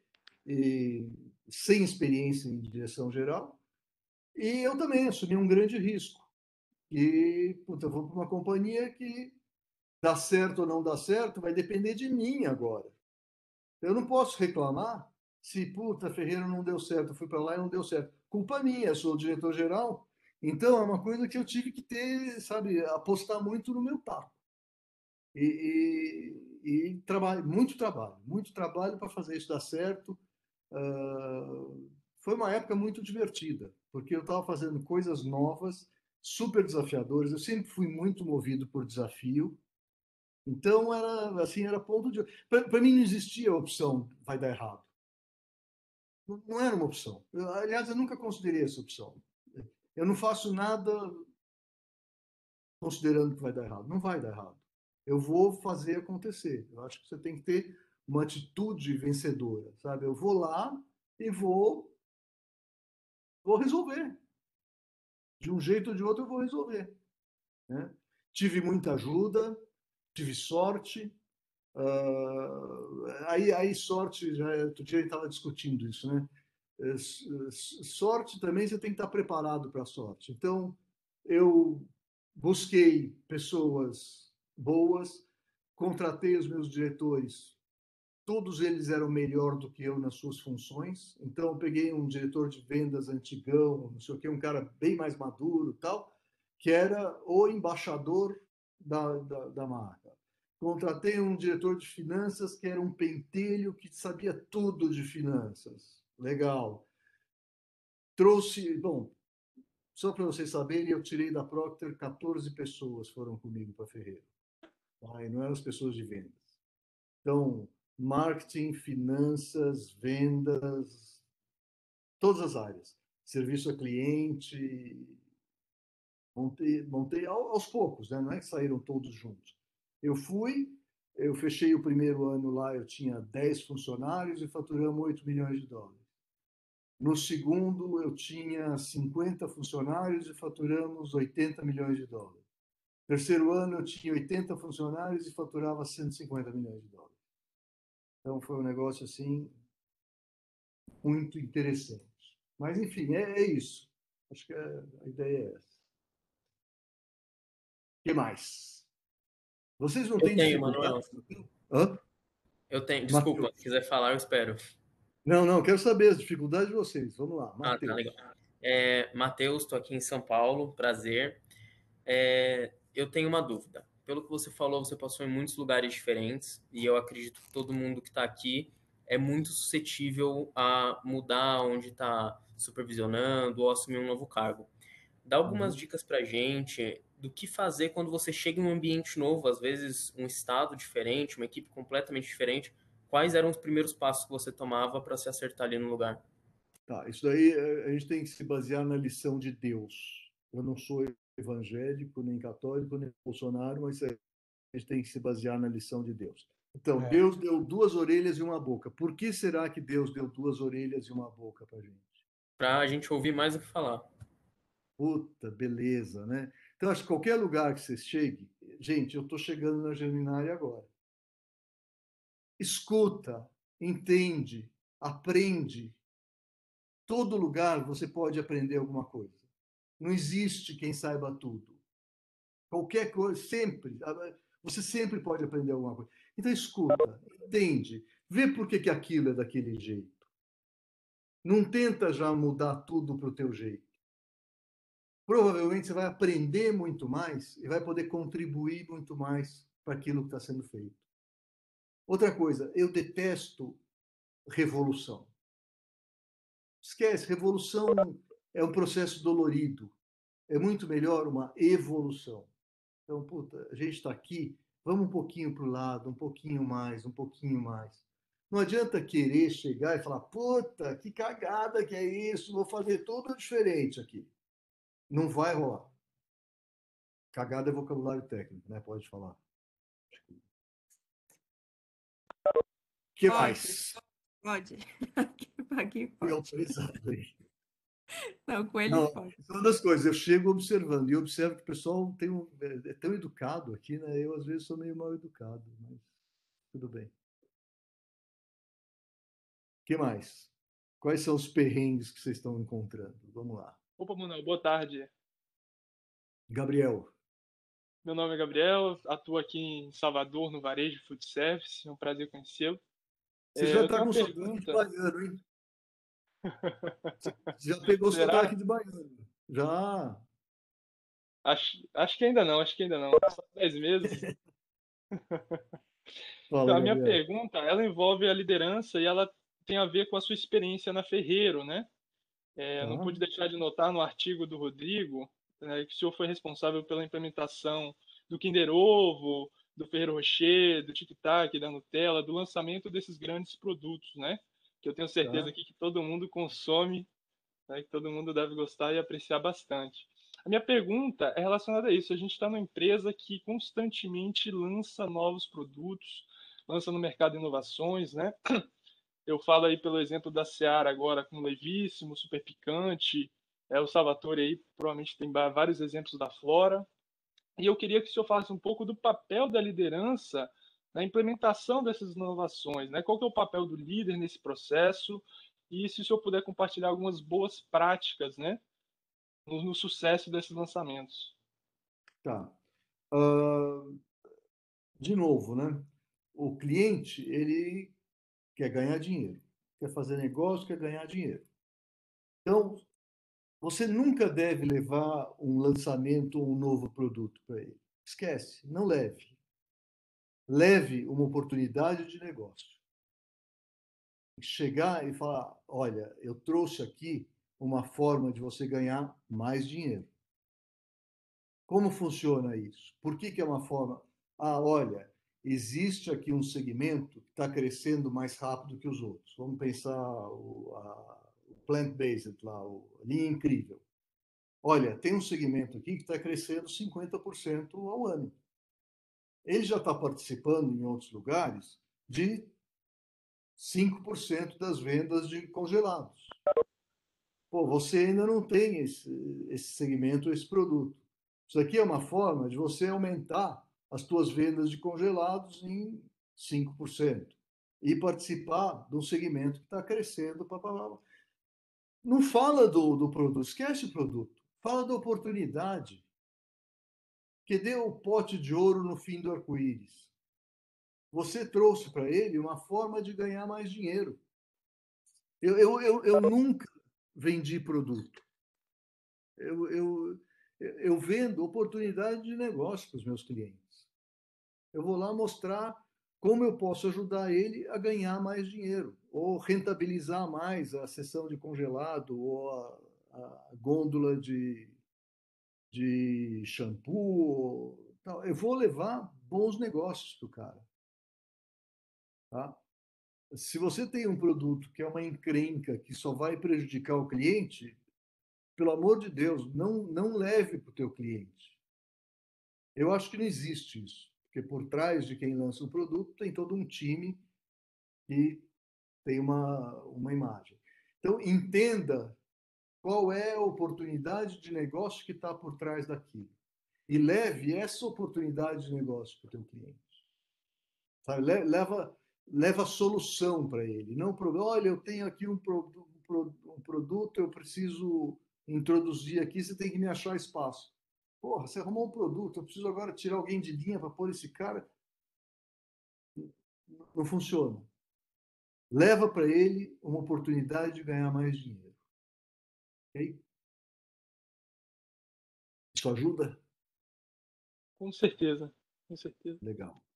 e sem experiência em direção geral, e eu também assumi um grande risco. E, puta, eu vou para uma companhia que dá certo ou não dá certo, vai depender de mim agora. Eu não posso reclamar se, puta, Ferreira não deu certo, eu fui para lá e não deu certo. Culpa minha, sou o diretor-geral. Então, é uma coisa que eu tive que ter, sabe, apostar muito no meu taco. E, e, e trabalho, muito trabalho, muito trabalho para fazer isso dar certo. Uh, foi uma época muito divertida, porque eu estava fazendo coisas novas, super desafiadoras. Eu sempre fui muito movido por desafio. Então, era assim, era ponto de... Para mim não existia a opção vai dar errado. Não, não era uma opção. Eu, aliás, eu nunca considerei essa opção. Eu não faço nada considerando que vai dar errado. Não vai dar errado. Eu vou fazer acontecer. Eu acho que você tem que ter uma atitude vencedora, sabe? Eu vou lá e vou, vou resolver. De um jeito ou de outro, eu vou resolver. Né? Tive muita ajuda, tive sorte. Uh, aí, aí, sorte, já, outro dia a gente estava discutindo isso, né? Sorte também, você tem que estar preparado para a sorte. Então, eu busquei pessoas boas, contratei os meus diretores, todos eles eram melhor do que eu nas suas funções. Então, eu peguei um diretor de vendas antigão, não sei o que, um cara bem mais maduro, tal, que era o embaixador da, da, da marca. Contratei um diretor de finanças que era um pentelho que sabia tudo de finanças. Legal. Trouxe, bom, só para vocês saberem, eu tirei da Procter quatorze pessoas foram comigo para Ferreira. Tá? E não eram as pessoas de vendas. Então, marketing, finanças, vendas, todas as áreas. Serviço a cliente, montei, montei aos poucos, né? Não é que saíram todos juntos. Eu fui, eu fechei o primeiro ano lá, eu tinha dez funcionários e faturamos oito milhões de dólares. No segundo, eu tinha cinquenta funcionários e faturamos oitenta milhões de dólares. Terceiro ano, eu tinha oitenta funcionários e faturava cento e cinquenta milhões de dólares. Então, foi um negócio, assim, muito interessante. Mas, enfim, é, é isso. Acho que a, a ideia é essa. O que mais? Vocês não Eu têm tenho, Manuel. dificuldade? Hã? Eu tenho. Desculpa, Mateus. se quiser falar, eu espero. Não, não, quero saber as dificuldades de vocês. Vamos lá, Ah, tá Mateus. legal. É, Matheus, estou aqui em São Paulo, prazer. É, eu tenho uma dúvida. Pelo que você falou, você passou em muitos lugares diferentes e eu acredito que todo mundo que está aqui é muito suscetível a mudar onde está supervisionando ou assumir um novo cargo. Dá algumas Uhum. dicas para a gente do que fazer quando você chega em um ambiente novo, às vezes um estado diferente, uma equipe completamente diferente. Quais eram os primeiros passos que você tomava para se acertar ali no lugar? Tá, isso daí a gente tem que se basear na lição de Deus. Eu não sou evangélico, nem católico, nem Bolsonaro, mas a gente tem que se basear na lição de Deus. Então, É. Deus deu duas orelhas e uma boca. Por que será que Deus deu duas orelhas e uma boca para a gente? Para a gente ouvir mais do que falar. Puta, beleza, né? Então, acho que qualquer lugar que você chegue, gente, eu estou chegando na Geminária agora. Escuta, entende, aprende. Todo lugar você pode aprender alguma coisa. Não existe quem saiba tudo. Qualquer coisa, sempre. Você sempre pode aprender alguma coisa. Então, escuta, entende, vê por que, que aquilo é daquele jeito. Não tenta já mudar tudo para o teu jeito. Provavelmente você vai aprender muito mais e vai poder contribuir muito mais para aquilo que está sendo feito. Outra coisa, eu detesto revolução. Esquece, revolução é um processo dolorido. É muito melhor uma evolução. Então, puta, a gente está aqui, vamos um pouquinho para o lado, um pouquinho mais, um pouquinho mais. Não adianta querer chegar e falar, puta, que cagada que é isso, vou fazer tudo diferente aqui. Não vai rolar. Cagada é vocabulário técnico, né? Pode falar. O que Pode, mais? pode. Aqui Fui pode. autorizado aí. Não, com ele Não, pode. isso é uma das coisas, eu chego observando, e eu observo que o pessoal tem um, é, é tão educado aqui, né? Eu, às vezes, sou meio mal educado, mas tudo bem. que mais? Quais são os perrengues que vocês estão encontrando? Vamos lá. Opa, Manuel, boa tarde. Gabriel. Meu nome é Gabriel, atuo aqui em Salvador, no Varejo Food Service. É um prazer conhecê-lo. Você É, já eu está tenho com uma sotaque de pergunta. baiano, hein? Você já pegou Será? sotaque de baiano. Já. Acho, acho que ainda não, acho que ainda não. Só dez meses. Fala, Então, a minha Gabriel. pergunta, ela envolve a liderança e ela tem a ver com a sua experiência na Ferreiro, né? É, não Tá? pude deixar de notar no artigo do Rodrigo, né, que o senhor foi responsável pela implementação do Kinder Ovo, do Ferrero Rocher, do Tic Tac, da Nutella, do lançamento desses grandes produtos, né? Que eu tenho certeza Tá. aqui que todo mundo consome, né, que todo mundo deve gostar e apreciar bastante. A minha pergunta é relacionada a isso. A gente está numa empresa que constantemente lança novos produtos, lança no mercado inovações, né? Eu falo aí pelo exemplo da Seara agora com o Levíssimo, Super Picante, é, o Salvatore aí provavelmente tem ba- vários exemplos da Flora. E eu queria que o senhor falasse um pouco do papel da liderança na implementação dessas inovações, né? Qual que é o papel do líder nesse processo? E se o senhor puder compartilhar algumas boas práticas, né, no, no sucesso desses lançamentos. Tá. Ah, de novo, né? O cliente, ele quer ganhar dinheiro, quer fazer negócio, quer ganhar dinheiro. Então, você nunca deve levar um lançamento ou um novo produto para ele. Esquece, não leve. Leve uma oportunidade de negócio. Chegar e falar: olha, eu trouxe aqui uma forma de você ganhar mais dinheiro. Como funciona isso? Por que que é uma forma? Ah, olha, existe aqui um segmento que está crescendo mais rápido que os outros. Vamos pensar o, a, o plant-based lá, o, a linha incrível. Olha, tem um segmento aqui que está crescendo cinquenta por cento ao ano. Ele já está participando em outros lugares de cinco por cento das vendas de congelados. Pô, você ainda não tem esse, esse segmento, esse produto. Isso aqui é uma forma de você aumentar as suas vendas de congelados em cinco por cento e participar de um segmento que está crescendo. Pá, pá, pá. Não fala do, do produto, esquece o produto. Fala da oportunidade. Que deu o pote de ouro no fim do arco-íris. Você trouxe para ele uma forma de ganhar mais dinheiro. Eu, eu, eu, eu nunca vendi produto. Eu, eu, eu vendo oportunidade de negócio para os meus clientes. Eu vou lá mostrar como eu posso ajudar ele a ganhar mais dinheiro, ou rentabilizar mais a seção de congelado, ou a, a gôndola de, de shampoo. Tal. Eu vou levar bons negócios para o cara. Tá? Se você tem um produto que é uma encrenca, que só vai prejudicar o cliente, pelo amor de Deus, não, não leve para o teu cliente. Eu acho que não existe isso, porque por trás de quem lança um produto tem todo um time que tem uma, uma imagem. Então, entenda qual é a oportunidade de negócio que está por trás daquilo. E leve essa oportunidade de negócio para o teu cliente. Sabe? Leva, leva solução para ele. Não problema. Olha, eu tenho aqui um, pro, um produto, eu preciso introduzir aqui, você tem que me achar espaço. Porra, você arrumou um produto, eu preciso agora tirar alguém de linha para pôr esse cara. Não funciona. Leva para ele uma oportunidade de ganhar mais dinheiro. Ok? Isso ajuda? Com certeza, com certeza. Legal. O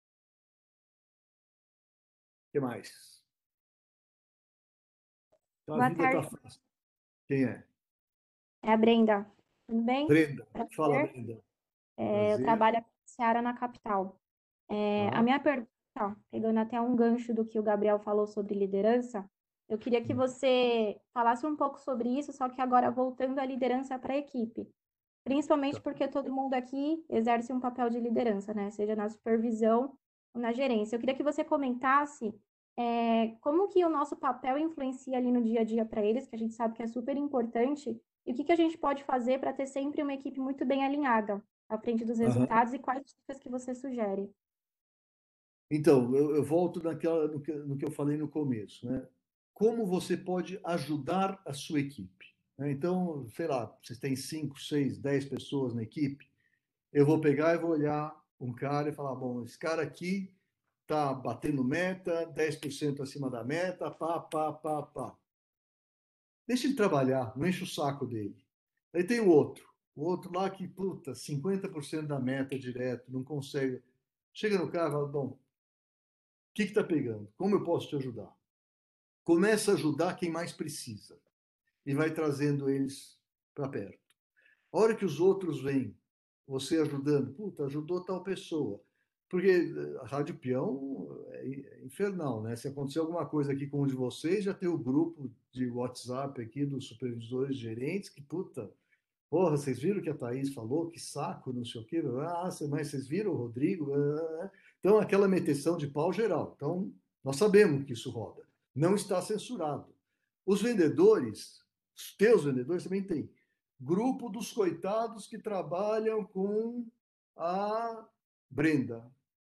que mais? Então, a Boa vida está tarde, fácil. Quem é? é a Brenda. Tudo bem? Brenda. Fala, Prazer. Brenda. É, eu Prazer. trabalho aqui em Seara, na capital. É, a Tá? minha pergunta, pegando até um gancho do que o Gabriel falou sobre liderança, eu queria que Hum. você falasse um pouco sobre isso, só que agora voltando a liderança para a equipe. Principalmente Tá. porque todo mundo aqui exerce um papel de liderança, né? Seja na supervisão ou na gerência. Eu queria que você comentasse é, como que o nosso papel influencia ali no dia a dia para eles, que a gente sabe que é super importante, e o que que a gente pode fazer para ter sempre uma equipe muito bem alinhada à frente dos Aham. resultados e quais dicas que você sugere? Então, eu, eu volto naquela, no, que, no que eu falei no começo. Né? como você pode ajudar a sua equipe. Então, sei lá, vocês têm cinco, seis, dez pessoas na equipe, eu vou pegar e vou olhar um cara e falar, bom, esse cara aqui está batendo meta, dez por cento acima da meta, pá, pá, pá, pá. Deixa ele trabalhar, não enche o saco dele. Aí tem o outro, o outro lá que, puta, cinquenta por cento da meta direto, não consegue. Chega no cara e fala, bom, o que está pegando? Como eu posso te ajudar? Começa a ajudar quem mais precisa e vai trazendo eles para perto. A hora que os outros vêm, você ajudando, puta, ajudou tal pessoa. Porque a Rádio Peão é infernal, né? Se acontecer alguma coisa aqui com um de vocês, já tem o grupo de WhatsApp aqui dos supervisores gerentes que, puta, porra, vocês viram o que a Thaís falou? Que saco, não sei o quê. Ah, mas vocês viram o Rodrigo? Então, aquela meteção de pau geral. Então, nós sabemos que isso roda. Não está censurado. Os vendedores, os teus vendedores também têm. Grupo dos coitados que trabalham com a Brenda.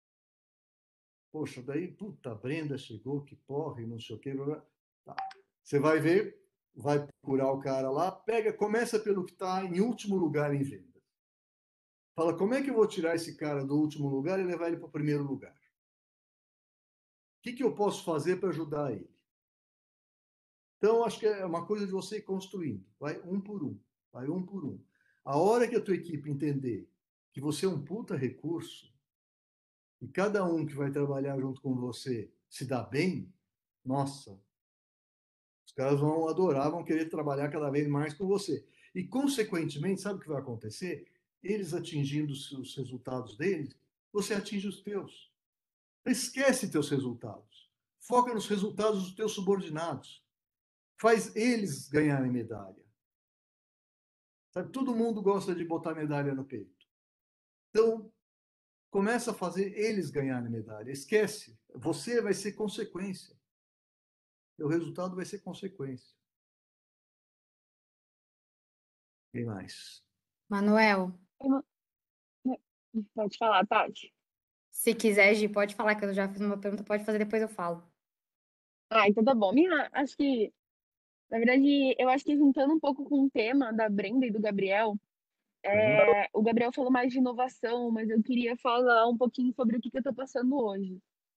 Poxa, daí, puta, a Brenda chegou, que porre, não sei o quê. Tá. Você vai ver, vai procurar o cara lá, pega, começa pelo que está em último lugar em venda. Fala, como é que eu vou tirar esse cara do último lugar e levar ele para o primeiro lugar? O que, que eu posso fazer para ajudar ele? Então, acho que é uma coisa de você ir construindo. Vai um por um. Vai um por um. A hora que a tua equipe entender que você é um puta recurso e cada um que vai trabalhar junto com você se dá bem, nossa, os caras vão adorar, vão querer trabalhar cada vez mais com você. E, consequentemente, sabe o que vai acontecer? Eles atingindo os resultados deles, você atinge os teus. Esquece teus resultados. Foca nos resultados dos teus subordinados. Faz eles ganharem medalha. Sabe? Todo mundo gosta de botar medalha no peito. Então, começa a fazer eles ganharem medalha. Esquece. Você vai ser consequência. O resultado vai ser consequência. Quem mais? Manuel, Pode falar, Tati. se quiser, Gi, pode falar que eu já fiz uma pergunta, pode fazer, depois eu falo. Ah, então tá bom. Minha, acho que, na verdade, eu acho que juntando um pouco com o tema da Brenda e do Gabriel, é, o Gabriel falou mais de inovação, mas eu queria falar um pouquinho sobre o que, que eu estou passando hoje.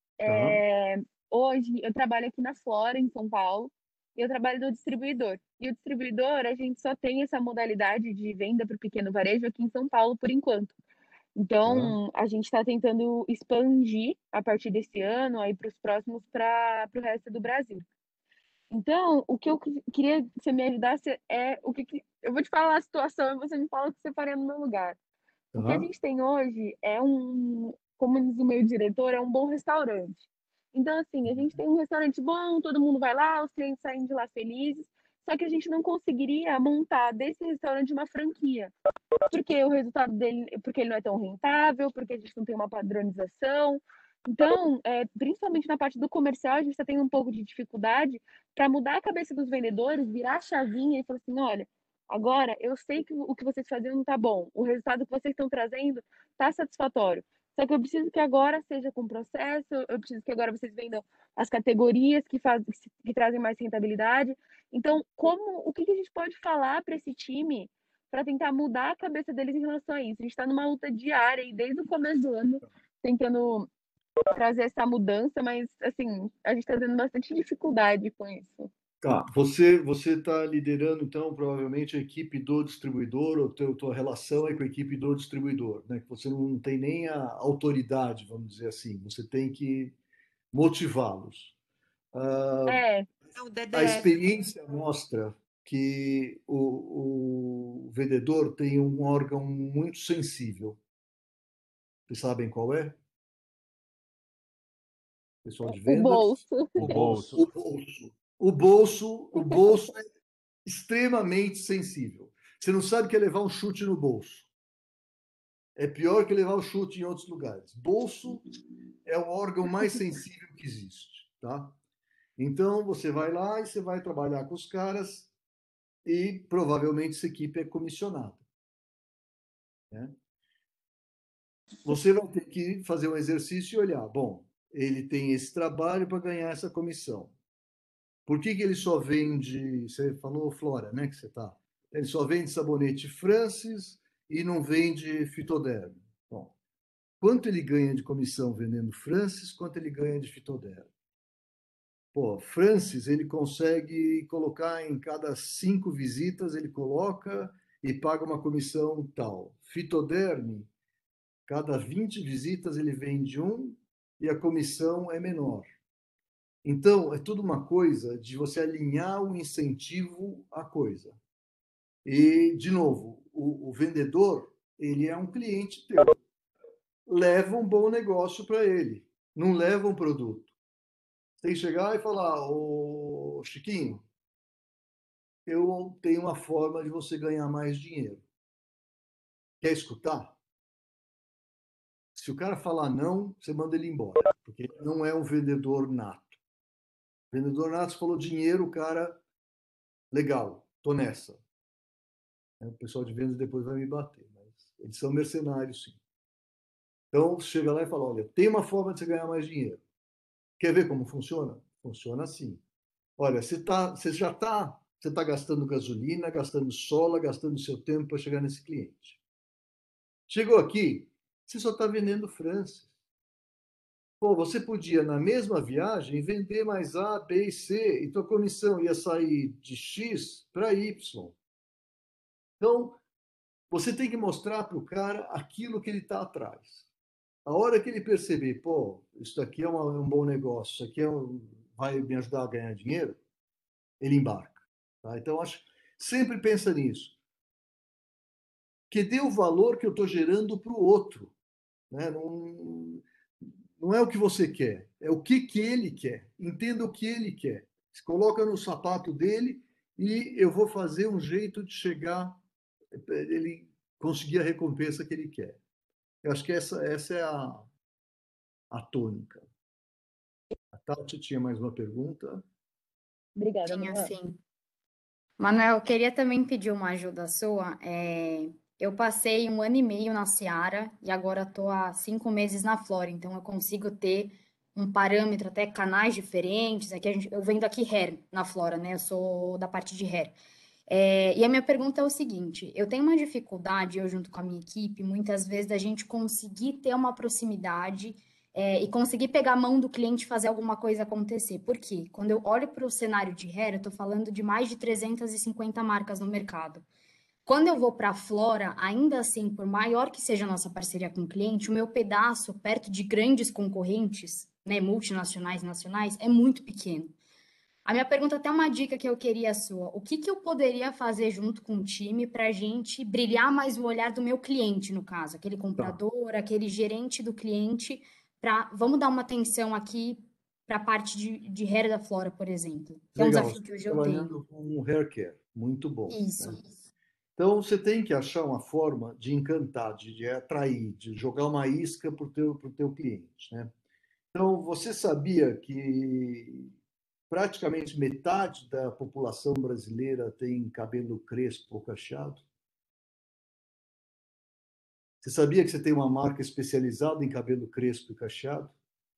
É, hoje eu trabalho aqui na Flora, em São Paulo, e eu trabalho no distribuidor. E o distribuidor, a gente só tem essa modalidade de venda para o pequeno varejo aqui em São Paulo por enquanto. Então, a gente está tentando expandir a partir desse ano aí para os próximos para o resto do Brasil. Então, o que eu que- queria que você me ajudasse é o que, que- eu vou te falar a situação e você me fala o que você faria no meu lugar. O que a gente tem hoje é um, como diz o meu diretor, é um bom restaurante. Então, assim, a gente tem um restaurante bom, todo mundo vai lá, os clientes saem de lá felizes, só que a gente não conseguiria montar desse restaurante uma franquia. Porque o resultado dele, porque ele não é tão rentável, porque a gente não tem uma padronização. Então, é, principalmente na parte do comercial, a gente está tendo um pouco de dificuldade para mudar a cabeça dos vendedores, virar a chavinha e falar assim: olha, agora eu sei que o que vocês faziam não está bom, o resultado que vocês estão trazendo está satisfatório. Só que eu preciso que agora seja com processo, eu preciso que agora vocês vendam as categorias que, faz, que trazem mais rentabilidade. Então, como o que, que a gente pode falar para esse time para tentar mudar a cabeça deles em relação a isso? A gente está numa luta diária e desde o começo do ano tentando trazer essa mudança, mas assim, a gente está tendo bastante dificuldade com isso. Tá, você você está liderando então provavelmente a equipe do distribuidor, ou teu, tua relação é com a equipe do distribuidor, né? Que você não tem nem a autoridade, vamos dizer assim. Você tem que motivá-los. Ah, É, a experiência mostra que o, o vendedor tem um órgão muito sensível. Vocês sabem qual é? Pessoal de o vendas? bolso. O bolso. O bolso. O bolso, o bolso é extremamente sensível. Você não sabe o que é levar um chute no bolso. É pior que levar o chute em outros lugares. Bolso é o órgão mais sensível que existe, tá? Então, você vai lá e você vai trabalhar com os caras e provavelmente essa equipe é comissionada, né? Você vai ter que fazer um exercício e olhar, bom, ele tem esse trabalho para ganhar essa comissão. Por que que ele só vende, você falou Flora, né, que você tá? Ele só vende sabonete Francis e não vende Fitoderm. Bom, quanto ele ganha de comissão vendendo Francis, quanto ele ganha de Fitoderm? Pô, Francis, ele consegue colocar em cada cinco visitas, ele coloca e paga uma comissão tal. Fitoderm, cada vinte visitas ele vende um e a comissão é menor. Então, é tudo uma coisa de você alinhar o incentivo à coisa. E, de novo, o, o vendedor, ele é um cliente teu. Leva um bom negócio para ele, não leva um produto. Você tem que chegar e falar, ô Chiquinho, eu tenho uma forma de você ganhar mais dinheiro. Quer escutar? Se o cara falar não, você manda ele embora, porque não é um vendedor nato. O vendedor nato falou dinheiro, o cara, legal, tô nessa. O pessoal de vendas depois vai me bater, mas eles são mercenários, sim. Então, chega lá e fala, olha, tem uma forma de você ganhar mais dinheiro. Quer ver como funciona? Funciona assim. Olha, você, tá, você já está você tá gastando gasolina, gastando sola, gastando seu tempo para chegar nesse cliente. Chegou aqui, você só está vendendo Francis. Pô, você podia, na mesma viagem, vender mais A, B e C, e tua comissão ia sair de X para Y. Então, você tem que mostrar para o cara aquilo que ele está atrás. A hora que ele perceber, pô, isso aqui é, uma, é um bom negócio, isso aqui é um, vai me ajudar a ganhar dinheiro, ele embarca. Tá? Então, acho, sempre pensa nisso. Que dê o valor que eu estou gerando para o outro. Né? Não, não é o que você quer, é o que, que ele quer. Entenda o que ele quer. Se coloca no sapato dele e eu vou fazer um jeito de chegar, ele conseguir a recompensa que ele quer. Eu acho que essa, essa é a, a tônica. A Tati tinha mais uma pergunta. Obrigada, Tinha Manuel. sim. Manuel, eu queria também pedir uma ajuda sua. É, eu passei um ano e meio na Seara e agora estou há cinco meses na Flora, então eu consigo ter um parâmetro, até canais diferentes. Aqui a gente, eu vendo aqui hair na Flora, né? Eu sou da parte de hair. É, e a minha pergunta é o seguinte: eu tenho uma dificuldade, eu junto com a minha equipe, muitas vezes da gente conseguir ter uma proximidade é, e conseguir pegar a mão do cliente e fazer alguma coisa acontecer. Por quê? Quando eu olho para o cenário de hair, eu estou falando de mais de trezentas e cinquenta marcas no mercado. Quando eu vou para a Flora, ainda assim, por maior que seja a nossa parceria com o cliente, o meu pedaço perto de grandes concorrentes, né, multinacionais e nacionais, é muito pequeno. A minha pergunta, até uma dica que eu queria sua. O que que eu poderia fazer junto com o time para a gente brilhar mais o olhar do meu cliente, no caso, aquele comprador, tá. aquele gerente do cliente, para vamos dar uma atenção aqui para a parte de, de hair da Flora, por exemplo. Que Legal, é um desafio que hoje eu trabalhando tenho. com hair care, muito bom. Isso. Né? Então, você tem que achar uma forma de encantar, de, de atrair, de jogar uma isca para o teu, pro teu cliente. Né? Então, você sabia que praticamente metade da população brasileira tem cabelo crespo ou cacheado? Você sabia que você tem uma marca especializada em cabelo crespo e cacheado?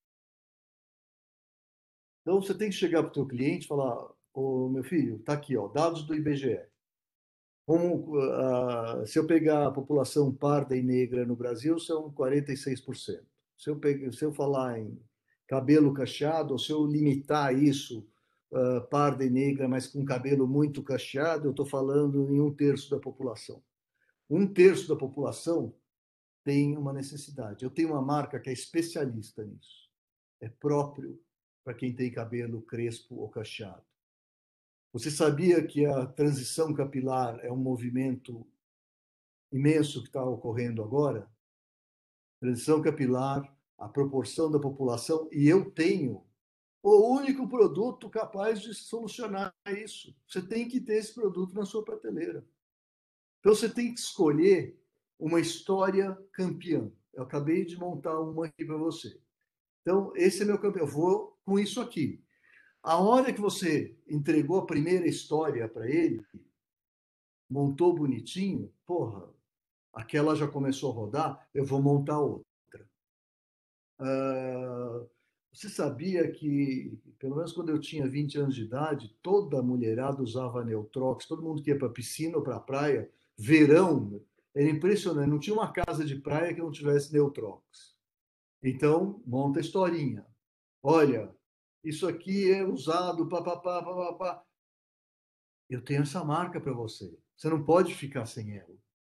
Então, você tem que chegar para o teu cliente e falar, ô, meu filho, está aqui, ó, dados do I B G E. Como, uh, se eu pegar a população parda e negra no Brasil, são quarenta e seis por cento. Se eu, pegar, se eu falar em cabelo cacheado, ou se eu limitar isso, uh, parda e negra, mas com cabelo muito cacheado, eu estou falando em um terço da população. Um terço da população tem uma necessidade. Eu tenho uma marca que é especialista nisso. É próprio para quem tem cabelo crespo ou cacheado. Você sabia que a transição capilar é um movimento imenso que está ocorrendo agora? Transição capilar, a proporção da população, e eu tenho o único produto capaz de solucionar isso. Você tem que ter esse produto na sua prateleira. Então você tem que escolher uma história campeã. Eu acabei de montar uma aqui para você. Então, esse é meu campeão. Eu vou com isso aqui. A hora que você entregou a primeira história para ele, montou bonitinho, porra, aquela já começou a rodar, eu vou montar outra. Uh, você sabia que, pelo menos quando eu tinha vinte anos de idade, toda mulherada usava Neutrox, todo mundo que ia para a piscina ou para a praia, verão, era impressionante, não tinha uma casa de praia que não tivesse Neutrox. Então, monta a historinha. Olha, isso aqui é usado, papapá, papapá. Eu tenho essa marca para você. Você não pode ficar sem ela.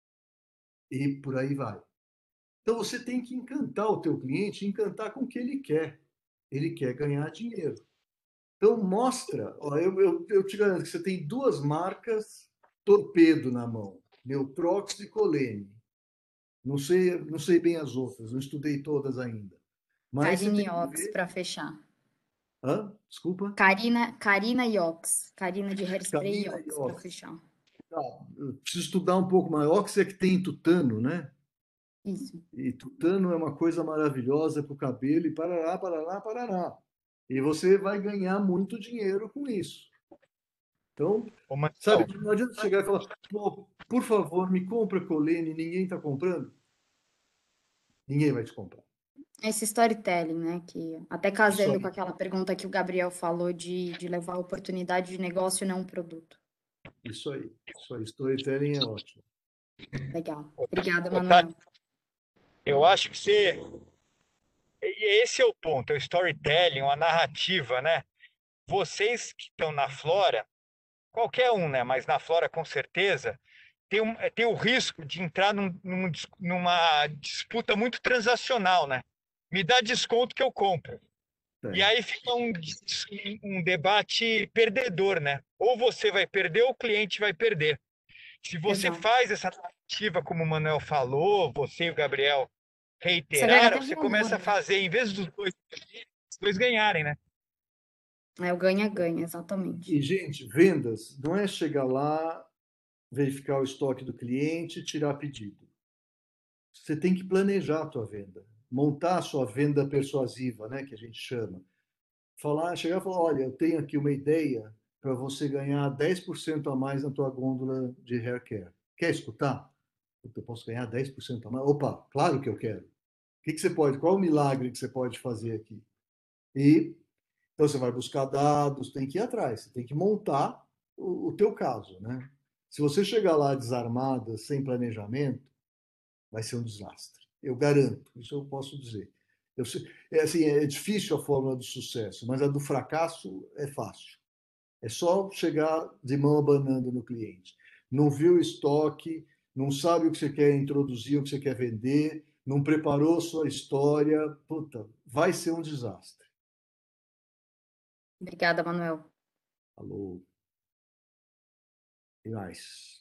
E por aí vai. Então, você tem que encantar o teu cliente, encantar com o que ele quer. Ele quer ganhar dinheiro. Então, mostra. Ó, eu, eu, eu te garanto que você tem duas marcas torpedo na mão. Neutrox e Colene. Não sei, não sei bem as outras, não estudei todas ainda. Mas você Karina tem e que Ox, ver. para fechar. Hã? Desculpa? Karina, Karina e Ox. Karina de Hairspray e Camila e Ox, para Ox. fechar. Tá, eu preciso estudar um pouco mais. Ox é que tem tutano, né? Isso. E tutano é uma coisa maravilhosa para o cabelo e parará, parará, parará. E você vai ganhar muito dinheiro com isso. Então, Ô, sabe, Manuel, não adianta chegar e falar, pô, por favor, me compra Colene, ninguém está comprando. Ninguém vai te comprar. Esse storytelling, né? Que até Isso casando aí, com aquela pergunta que o Gabriel falou de, de levar a oportunidade de negócio e não um produto. isso aí. Isso aí. Storytelling é ótimo. Legal. Obrigada, ô, Tati, Manuel. eu acho que você. E esse é o ponto, é o storytelling, a narrativa, né? Vocês que estão na Flora, qualquer um, né? Mas na Flora, com certeza, tem, um, tem o risco de entrar num, num dis- numa disputa muito transacional, né? Me dá desconto que eu compro. E Tem. aí fica um, dis- um debate perdedor, né? Ou você vai perder ou o cliente vai perder. Se você Exato. faz essa narrativa, como o Manuel falou, você e o Gabriel Você agrega até reiteraram, você valor, começa a né? fazer, em vez dos dois, os dois ganharem, né? É o ganha-ganha, exatamente. E, gente, vendas não é chegar lá, verificar o estoque do cliente e tirar pedido. Você tem que planejar a tua venda, montar a sua venda persuasiva, né, que a gente chama. Falar, chegar e falar, olha, eu tenho aqui uma ideia para você ganhar dez por cento a mais na tua gôndola de hair care. Quer escutar? Eu posso ganhar dez por cento a mais? Opa, claro que eu quero. O que que você pode, qual é o milagre que você pode fazer aqui? E então você vai buscar dados, tem que ir atrás, você tem que montar o, o teu caso, né? Se você chegar lá desarmada, sem planejamento, vai ser um desastre. Eu garanto, isso eu posso dizer. Eu sei, é, assim, é difícil a fórmula do sucesso, mas a do fracasso é fácil. É só chegar de mão abanando no cliente. Não viu o estoque, não sabe o que você quer introduzir, o que você quer vender, não preparou sua história, puta, vai ser um desastre. Obrigada, Manuel. Alô. E mais?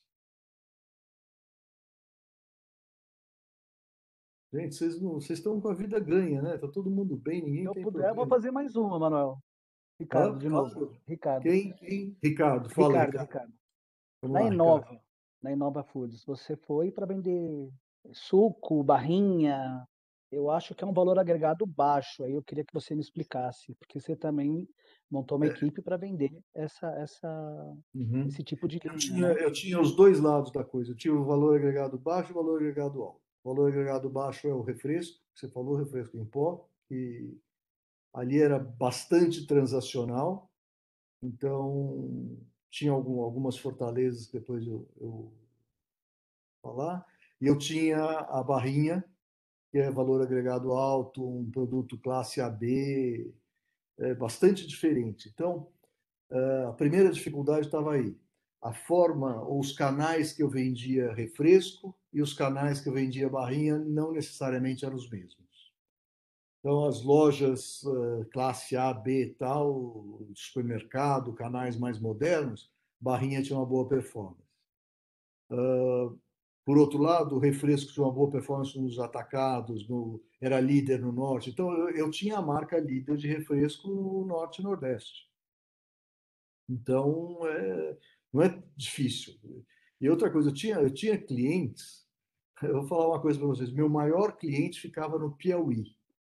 Gente, vocês, não, vocês estão com a vida ganha, né? Tá todo mundo bem, ninguém Se eu tem puder, eu vou problema. fazer mais uma, Manuel. Ricardo, Ah, de novo. claro. Ricardo. Quem, quem? Ricardo, fala, Ricardo, Ricardo. Ricardo. Vamos Na lá, Ricardo. Inova, na Inova Foods, você foi para vender suco, barrinha. Eu acho que é um valor agregado baixo. Aí eu queria que você me explicasse, porque você também montou uma É, equipe para vender essa, essa, uhum. esse tipo de Eu linha, tinha, né? eu tinha os dois lados da coisa. Eu tinha o valor agregado baixo e o valor agregado alto. O valor agregado baixo é o refresco, que você falou, refresco em pó, que ali era bastante transacional. Então, tinha algum, algumas fortalezas que depois eu, eu vou falar. E eu tinha a barrinha, que é valor agregado alto, um produto classe A B, é bastante diferente. Então, a primeira dificuldade estava aí. A forma ou os canais que eu vendia refresco e os canais que eu vendia barrinha não necessariamente eram os mesmos. Então, as lojas uh, classe A, B e tal, supermercado, canais mais modernos, barrinha tinha uma boa performance. Uh, por outro lado, o refresco tinha uma boa performance nos atacados, no, era líder no norte. Então, eu, eu tinha a marca líder de refresco no norte e nordeste. Então, é, não é difícil. E outra coisa, eu tinha, eu tinha clientes, eu vou falar uma coisa para vocês, meu maior cliente ficava no Piauí,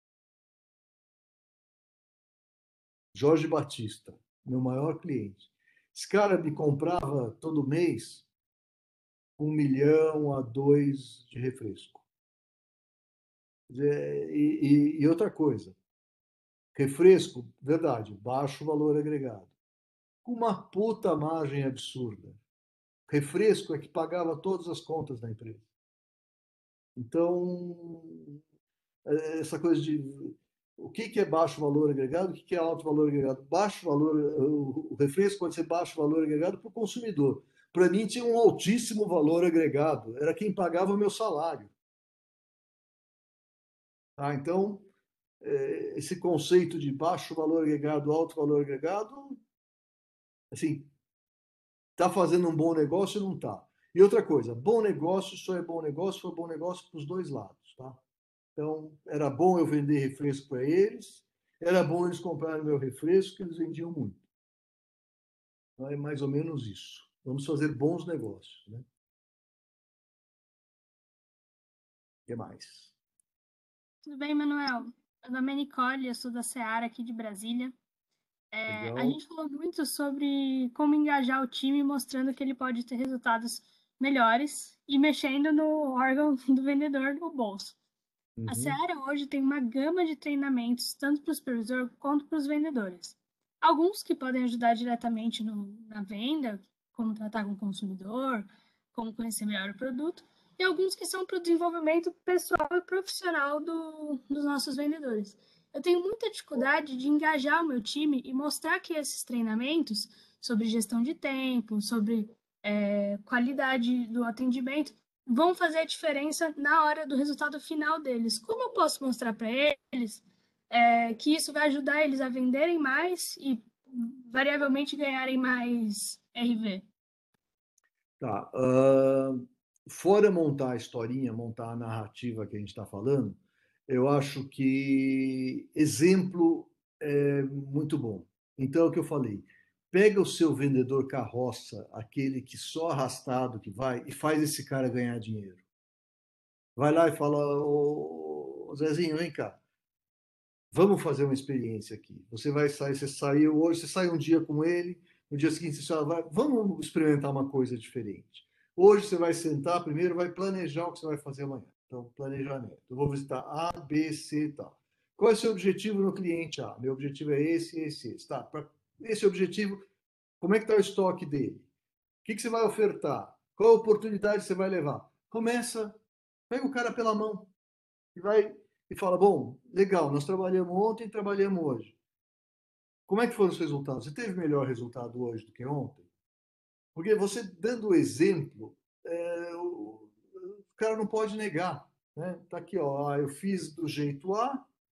Jorge Batista, meu maior cliente. Esse cara me comprava todo mês um milhão a dois de refresco. E, e, e outra coisa, Refresco, verdade, baixo valor agregado. Com uma puta margem absurda. Refresco é que pagava todas as contas da empresa. Então, essa coisa de o que é baixo valor agregado, o que é alto valor agregado. Baixo valor, o refresco pode ser baixo valor agregado para o consumidor. Para mim tinha um altíssimo valor agregado, era quem pagava o meu salário. Tá? Então, esse conceito de baixo valor agregado, alto valor agregado, assim, está fazendo um bom negócio ou não está? E outra coisa, bom negócio só é bom negócio, foi bom negócio para os dois lados, tá? Então, era bom eu vender refresco para eles, era bom eles comprarem meu refresco, que eles vendiam muito. Então, é mais ou menos isso. Vamos fazer bons negócios, né? O que mais? Tudo bem, Manuel? Meu nome é Nicole, eu sou da Seara aqui de Brasília. É, a gente falou muito sobre como engajar o time, mostrando que ele pode ter resultados melhores e mexendo no órgão do vendedor, no bolso. Uhum. A Seara hoje tem uma gama de treinamentos, tanto para o supervisor quanto para os vendedores. Alguns que podem ajudar diretamente no, na venda, como tratar com o consumidor, como conhecer melhor o produto, e alguns que são para o desenvolvimento pessoal e profissional do, dos nossos vendedores. Eu tenho muita dificuldade de engajar o meu time e mostrar que esses treinamentos sobre gestão de tempo, sobre é, qualidade do atendimento, vão fazer a diferença na hora do resultado final deles. Como eu posso mostrar para eles é, que isso vai ajudar eles a venderem mais e, variavelmente, ganharem mais R V? Tá. Uh, fora montar a historinha, montar a narrativa que a gente está falando, eu acho que exemplo é muito bom. Então, é o que eu falei. Pega o seu vendedor carroça, aquele que só arrastado que vai, e faz esse cara ganhar dinheiro. Vai lá e fala, ô, Zezinho, vem cá. Vamos fazer uma experiência aqui. Você vai sair, você saiu hoje, você sai um dia com ele, no dia seguinte você vai, vamos experimentar uma coisa diferente. Hoje você vai sentar, primeiro vai planejar o que você vai fazer amanhã. Então, planejamento. Eu vou visitar A, B, C e tal. Qual é o seu objetivo no cliente A? Meu objetivo é esse, esse, esse. Tá, para esse objetivo, como é que está o estoque dele? O que, que você vai ofertar? Qual a oportunidade você vai levar? Começa, pega o cara pela mão e vai e fala, bom, legal, nós trabalhamos ontem, trabalhamos hoje. Como é que foram os resultados? Você teve melhor resultado hoje do que ontem? Porque você, dando o exemplo, é, o, o cara não pode negar. Né? Tá aqui, ó, ah, eu fiz do jeito A,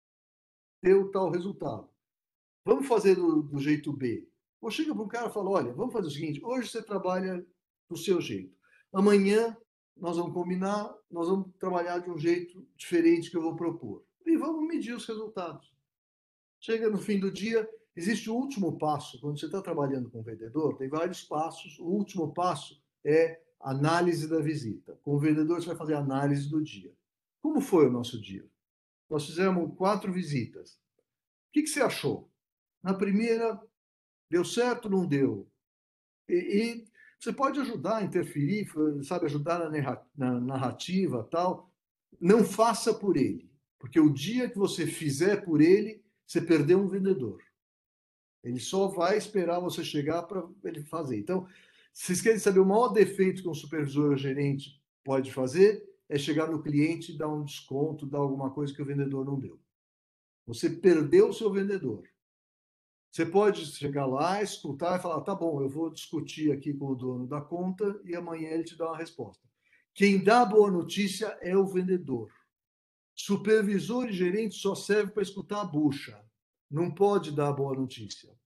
deu tal resultado. Vamos fazer do, do jeito B. Ou chega para um cara e fala, olha, vamos fazer o seguinte, hoje você trabalha do seu jeito. Amanhã nós vamos combinar, nós vamos trabalhar de um jeito diferente que eu vou propor. E vamos medir os resultados. Chega no fim do dia, existe o último passo. Quando você está trabalhando com o vendedor, tem vários passos. O último passo é análise da visita. Com o vendedor, você vai fazer análise do dia. Como foi o nosso dia? Nós fizemos quatro visitas. O que, que você achou? Na primeira, deu certo ou não deu? E, e você pode ajudar, interferir, sabe, ajudar na narrativa, tal. Não faça por ele, porque o dia que você fizer por ele, você perdeu um vendedor. Ele só vai esperar você chegar para ele fazer. Então, se vocês querem saber o maior defeito que um supervisor ou gerente pode fazer, é chegar no cliente e dar um desconto, dar alguma coisa que o vendedor não deu. Você perdeu o seu vendedor. Você pode chegar lá, escutar e falar, tá bom, eu vou discutir aqui com o dono da conta e amanhã ele te dá uma resposta. Quem dá a boa notícia é o vendedor. Supervisor e gerente só serve para escutar a bucha. Não pode dar a boa notícia.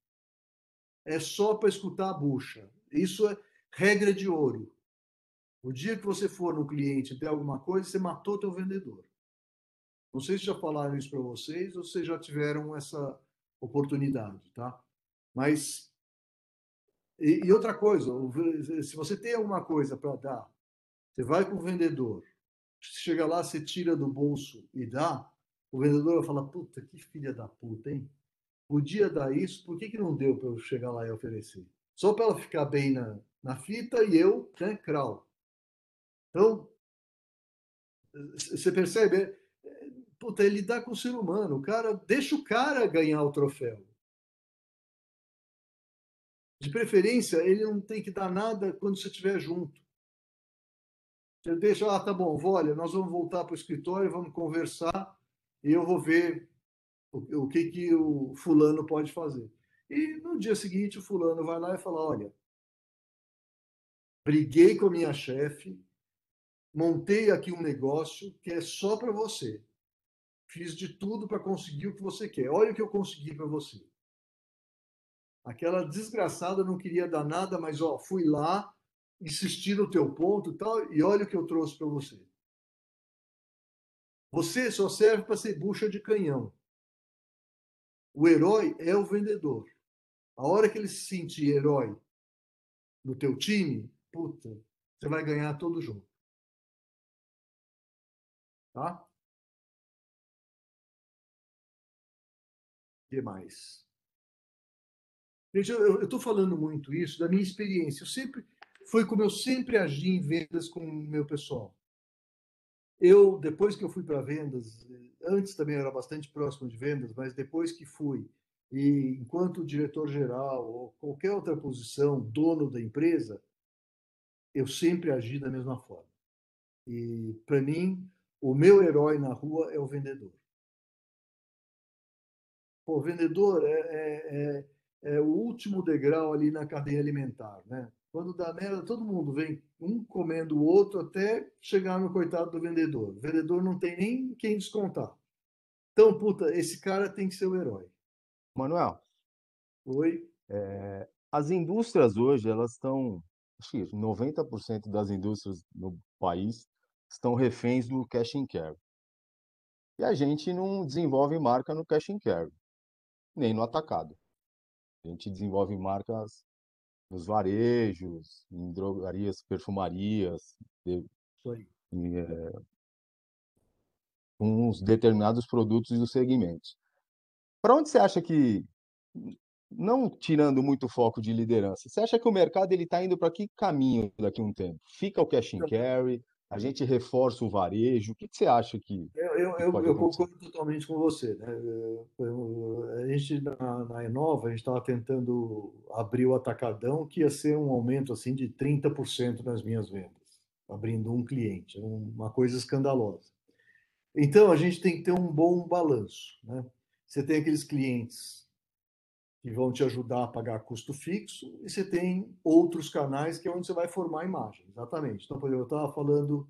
É só para escutar a bucha. Isso é regra de ouro. O dia que você for no cliente e der alguma coisa, você matou teu vendedor. Não sei se já falaram isso para vocês ou se já tiveram essa oportunidade, tá? Mas e, e outra coisa, se você tem alguma coisa para dar, você vai com o vendedor, chega lá, você tira do bolso e dá, o vendedor vai falar, puta, que filha da puta, hein? Podia dar isso, por que, que não deu para eu chegar lá e oferecer? Só para ela ficar bem na, na fita e eu, né, crau. Então, você percebe? puta, é lidar com o ser humano. O cara, deixa o cara ganhar o troféu. De preferência, ele não tem que dar nada quando você estiver junto. Você deixa, ah, tá bom, vou, olha, nós vamos voltar para o escritório, vamos conversar e eu vou ver o, o que, que o fulano pode fazer. E no dia seguinte o fulano vai lá e fala, olha, briguei com a minha chefe, montei aqui um negócio que é só para você. Fiz de tudo para conseguir o que você quer. Olha o que eu consegui para você. Aquela desgraçada não queria dar nada, mas ó, fui lá, insisti no teu ponto e tal, e olha o que eu trouxe para você. Você só serve para ser bucha de canhão. O herói é o vendedor. A hora que ele se sentir herói no teu time, puta, você vai ganhar todo jogo. Tá? O que mais? Gente, eu estou falando muito isso da minha experiência. Eu sempre, foi como eu sempre agi em vendas com o meu pessoal. Eu, depois que eu fui para vendas, antes também eu era bastante próximo de vendas, mas depois que fui, e enquanto diretor-geral ou qualquer outra posição, dono da empresa, eu sempre agi da mesma forma. E, para mim, o meu herói na rua é o vendedor. Pô, o vendedor é, é, é, é o último degrau ali na cadeia alimentar, né? Quando dá merda, todo mundo vem um comendo o outro até chegar no coitado do vendedor. O vendedor não tem nem quem descontar. Então, puta, esse cara tem que ser o herói. Manuel, Oi? é, as indústrias hoje, elas estão, acho que noventa por cento das indústrias no país estão reféns do cash and carry. E a gente não desenvolve marca no cash and carry, nem no atacado. A gente desenvolve marcas nos varejos, em drogarias, perfumarias, de- Isso aí. em, é, com os determinados produtos dos segmentos. Para onde você acha que, não tirando muito foco de liderança, você acha que o mercado ele está indo para que caminho daqui a um tempo? Fica o cash and carry, a gente reforça o varejo, o que que você acha que, Eu, eu, que eu, pode eu acontecer? concordo totalmente com você, né? Eu- eu- a gente, na, na Enova, a gente estava tentando abrir o atacadão, que ia ser um aumento assim de trinta por cento nas minhas vendas, abrindo um cliente, era uma coisa escandalosa. Então, a gente tem que ter um bom balanço, né? Você tem aqueles clientes que vão te ajudar a pagar custo fixo e você tem outros canais que é onde você vai formar a imagem, exatamente. Então, por exemplo, eu estava falando,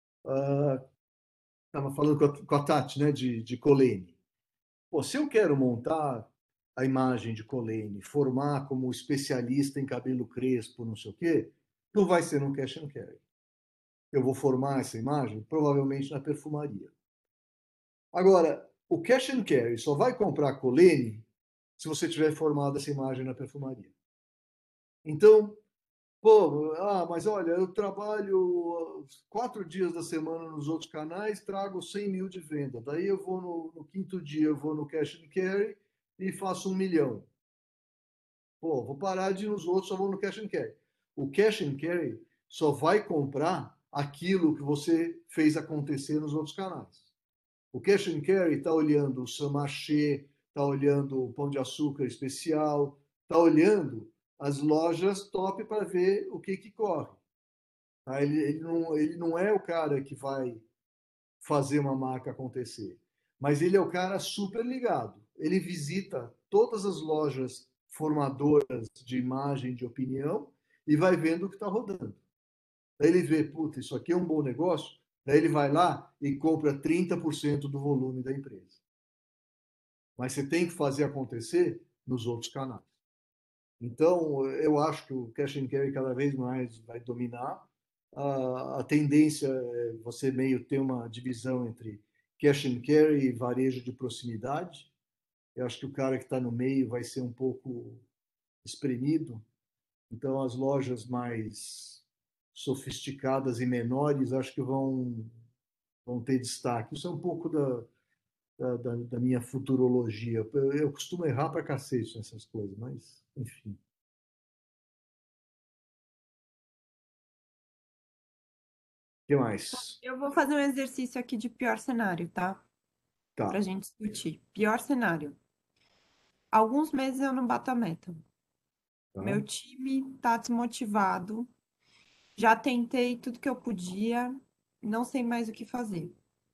estava falando com a, com a Tati, né, de, de Colene. Pô, se eu quero montar a imagem de Colene, formar como especialista em cabelo crespo, não sei o quê, não vai ser no cash and carry. Eu vou formar essa imagem provavelmente na perfumaria. Agora, o cash and carry só vai comprar Colene se você tiver formado essa imagem na perfumaria. Então, pô, ah, mas olha, eu trabalho quatro dias da semana nos outros canais, trago cem mil de venda. Daí eu vou no, no quinto dia, eu vou no cash and carry e faço um milhão. Pô, vou parar de ir nos outros, só vou no cash and carry. O cash and carry só vai comprar aquilo que você fez acontecer nos outros canais. O cash and carry está olhando o Samarché, está olhando o Pão de Açúcar especial, está olhando as lojas top para ver o que, que corre. Tá? Ele, ele, não, ele não é o cara que vai fazer uma marca acontecer, mas ele é o cara super ligado. Ele visita todas as lojas formadoras de imagem, de opinião, e vai vendo o que está rodando. Daí ele vê, puta, isso aqui é um bom negócio. Daí ele vai lá e compra trinta por cento do volume da empresa. Mas você tem que fazer acontecer nos outros canais. Então, eu acho que o cash and carry cada vez mais vai dominar. A, a tendência é você meio ter uma divisão entre cash and carry e varejo de proximidade. Eu acho que o cara que está no meio vai ser um pouco espremido. Então, as lojas mais sofisticadas e menores, acho que vão, vão ter destaque. Isso é um pouco da, da, da, da minha futurologia. Eu, eu costumo errar para cacete nessas coisas, mas, enfim. O que mais? Eu vou fazer um exercício aqui de pior cenário, tá? para a Tá. gente discutir. Pior cenário. Alguns meses eu não bato a meta. Tá. Meu time está desmotivado. Já tentei tudo que eu podia, não sei mais o que fazer.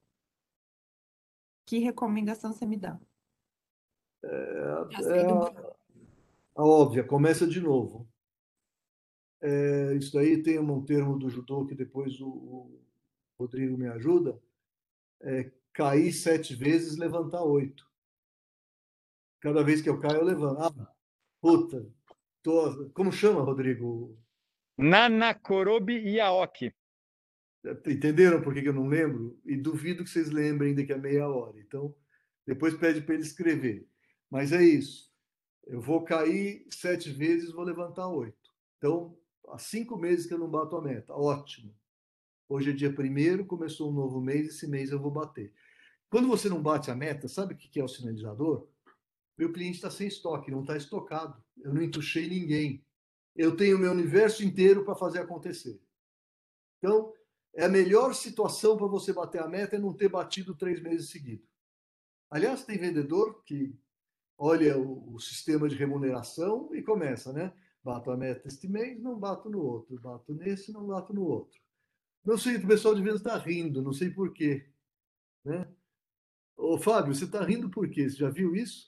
Que recomendação você me dá? Para É sair do a, buraco. a óbvia, começa de novo. É, isso aí tem um termo do judô que depois o, o Rodrigo me ajuda. É cair sete vezes, levantar oito. Cada vez que eu caio, eu levanto. Ah, puta, tô... como chama, Rodrigo? Nanakorobi Iaoki. Entenderam por que que eu não lembro? E duvido que vocês lembrem daqui a meia hora. Então, depois pede para ele escrever. Mas é isso. Eu vou cair sete vezes, vou levantar oito. Então, há cinco meses que eu não bato a meta. Ótimo. Hoje é dia primeiro, começou um novo mês, esse mês eu vou bater. Quando você não bate a meta, sabe o que é o sinalizador? Meu cliente está sem estoque, não está estocado. Eu não entuchei ninguém. Eu tenho meu universo inteiro para fazer acontecer. Então, é a melhor situação para você bater a meta é não ter batido três meses seguidos. Aliás, tem vendedor que olha o, o sistema de remuneração e começa, né? Bato a meta este mês, não bato no outro. Bato nesse, não bato no outro. Não sei, o pessoal de vendas está rindo, não sei por quê. Né? Ô, Fábio, você está rindo por quê? Você já viu isso?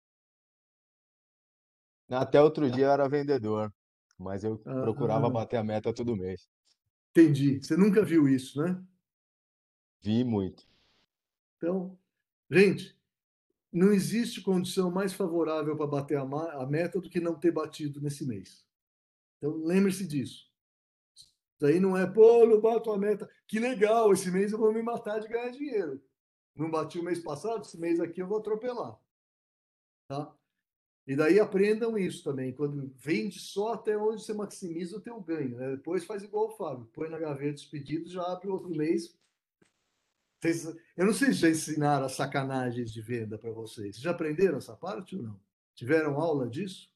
Até outro dia eu era vendedor, mas eu procurava Ah, bater a meta todo mês. entendi. Você nunca viu isso, né? Vi muito. Então, gente, não existe condição mais favorável para bater a, ma- a meta do que não ter batido nesse mês. Então, lembre-se disso. Isso aí não é, pô, não bato a meta. Que legal, esse mês eu vou me matar de ganhar dinheiro. Não bati o mês passado, esse mês aqui eu vou atropelar. Tá? E daí aprendam isso também. Quando vende só até onde você maximiza o teu ganho. Né? Depois faz igual o Fábio. Põe na gaveta os pedidos, já abre outro mês. Vocês, eu não sei se já ensinaram as sacanagens de venda para vocês. Vocês já aprenderam essa parte ou não? Tiveram aula disso?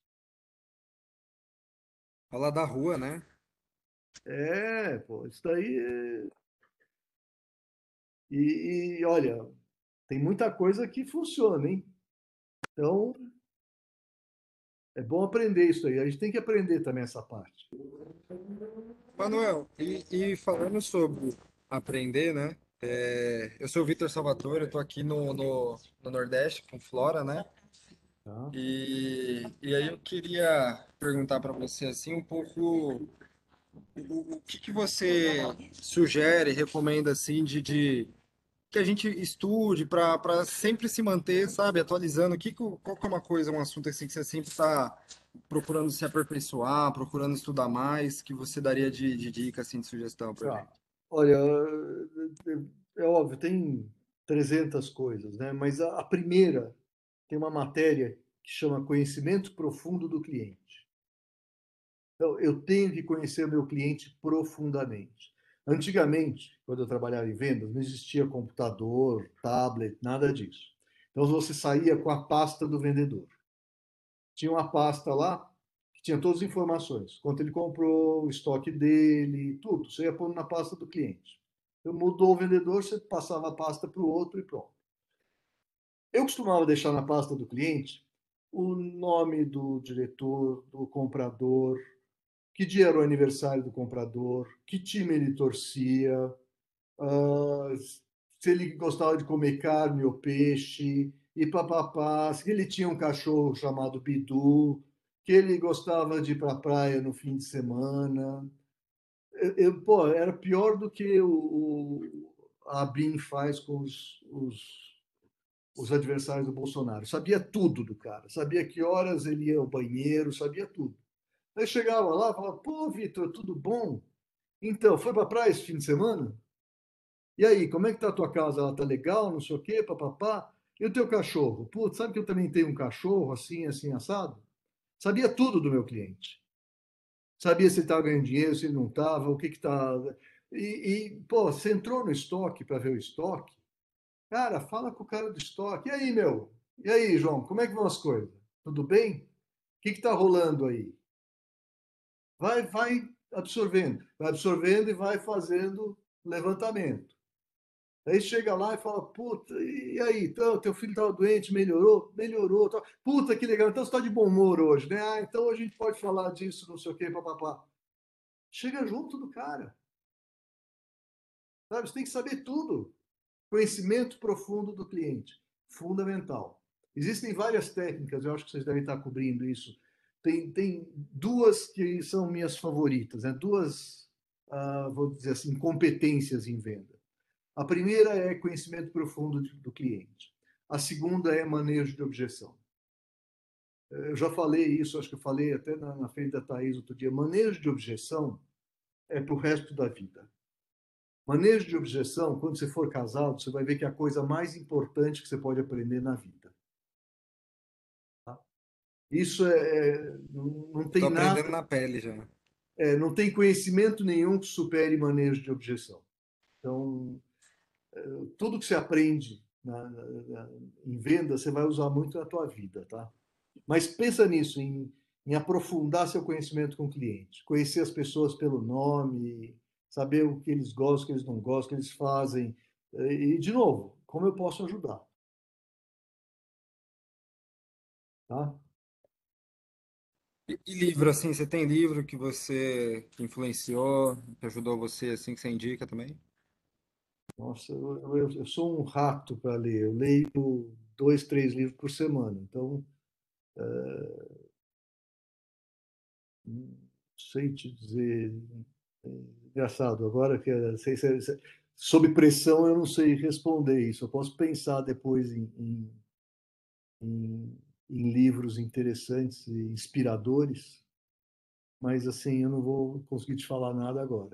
Aula da rua, né? É, pô, isso daí é... E, e, olha, tem muita coisa que funciona, hein? Então, é bom aprender isso aí. A gente tem que aprender também essa parte. Manuel, e, e falando sobre aprender, né? É, eu sou o Vitor Salvatore, eu tô aqui no, no, no Nordeste com Flora, né? Tá? E, e aí eu queria perguntar para você assim um pouco o, o que que você sugere, recomenda assim de, de que a gente estude para para sempre se manter, sabe, atualizando. O que que, o- qual que é uma coisa, um assunto assim que você sempre está procurando se aperfeiçoar, procurando estudar mais, que você daria de, de dica assim de sugestão para gente? Tá. Olha, é óbvio, tem trezentas coisas, né? Mas a, a primeira tem uma matéria que chama Conhecimento Profundo do Cliente. Então, eu tenho que conhecer o meu cliente profundamente. Antigamente, quando eu trabalhava em vendas, não existia computador, tablet, nada disso. Então, você saía com a pasta do vendedor. Tinha uma pasta lá que tinha todas as informações. Quanto ele comprou, o estoque dele, tudo. Você ia pondo na pasta do cliente. Então, mudou o vendedor, você passava a pasta para o outro e pronto. Eu costumava deixar na pasta do cliente o nome do diretor, do comprador, que dia era o aniversário do comprador, que time ele torcia, uh, se ele gostava de comer carne ou peixe, e papapá, se ele tinha um cachorro chamado Bidu, que ele gostava de ir para a praia no fim de semana. Eu, eu, pô, era pior do que o, o, a BIM faz com os, os, os adversários do Bolsonaro. Sabia tudo do cara, sabia que horas ele ia ao banheiro, sabia tudo. Aí chegava lá e falava, pô, Vitor, tudo bom? Então, foi para a praia esse fim de semana? E aí, como é que tá a tua casa? Ela tá legal, não sei o quê, papapá. E o teu cachorro? Putz, sabe que eu também tenho um cachorro assim, assim, assado? Sabia tudo do meu cliente. Sabia se ele estava ganhando dinheiro, se ele não estava, o que que tá... E, e, pô, você entrou no estoque para ver o estoque? Cara, fala com o cara do estoque. E aí, meu? E aí, João, como é que vão as coisas? Tudo bem? O que que tá rolando aí? Vai, vai absorvendo, vai absorvendo e vai fazendo levantamento. Aí chega lá e fala, puta, e aí, então, teu filho estava doente, melhorou? Melhorou. Tá. Puta, que legal, então você está de bom humor hoje, né? Ah, então a gente pode falar disso, não sei o quê, papapá. Chega junto do cara. Sabe? Você tem que saber tudo. Conhecimento profundo do cliente, fundamental. Existem várias técnicas, eu acho que vocês devem estar cobrindo isso. Tem, tem duas que são minhas favoritas, né? Duas, ah, vou dizer assim, competências em venda. A primeira é conhecimento profundo do cliente. A segunda é manejo de objeção. Eu já falei isso, acho que eu falei até na, na frente da Thaís outro dia. Manejo de objeção é para o resto da vida. Manejo de objeção, quando você for casado, você vai ver que é a coisa mais importante que você pode aprender na vida. Tá? Isso é, não, não tem Estou nada, aprendendo na pele já. é, não tem conhecimento nenhum que supere manejo de objeção. Então, é, tudo que você aprende na, na, em venda, você vai usar muito na tua vida, tá? Mas pensa nisso, em, em aprofundar seu conhecimento com o cliente, conhecer as pessoas pelo nome, saber o que eles gostam, o que eles não gostam, o que eles fazem. E, de novo, como eu posso ajudar? Tá? E, e livro, assim, você tem livro que você que influenciou, que ajudou você, assim, que você indica também? Nossa, eu, eu, eu sou um rato para ler. Eu leio dois, três livros por semana. Então, é, não sei te dizer. É engraçado, agora que é, sei, sei, sei, sob pressão eu não sei responder isso. Eu posso pensar depois em, em, em, em livros interessantes e inspiradores, mas assim, eu não vou conseguir te falar nada agora.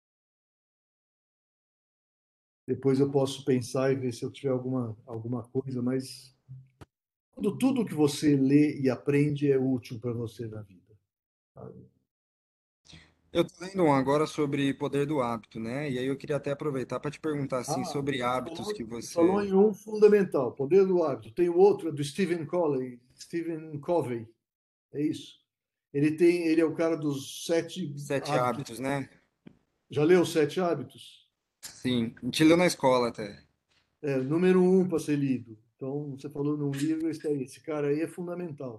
Depois eu posso pensar e ver se eu tiver alguma, alguma coisa, mas tudo, tudo que você lê e aprende é útil para você na vida. Sabe? Eu tô lendo um agora sobre poder do hábito, né? E aí eu queria até aproveitar para te perguntar, assim, Ah, sobre você hábitos falou, que você falou você... em um fundamental, poder do hábito. Tem o outro, do Stephen Covey, Stephen Covey, é isso. Ele tem, ele é o cara dos sete Sete hábitos. hábitos, né? Já leu os sete hábitos? Sim, a gente leu na escola até. É, número um para ser lido. Então, você falou num livro, esse, aí, esse cara aí é fundamental.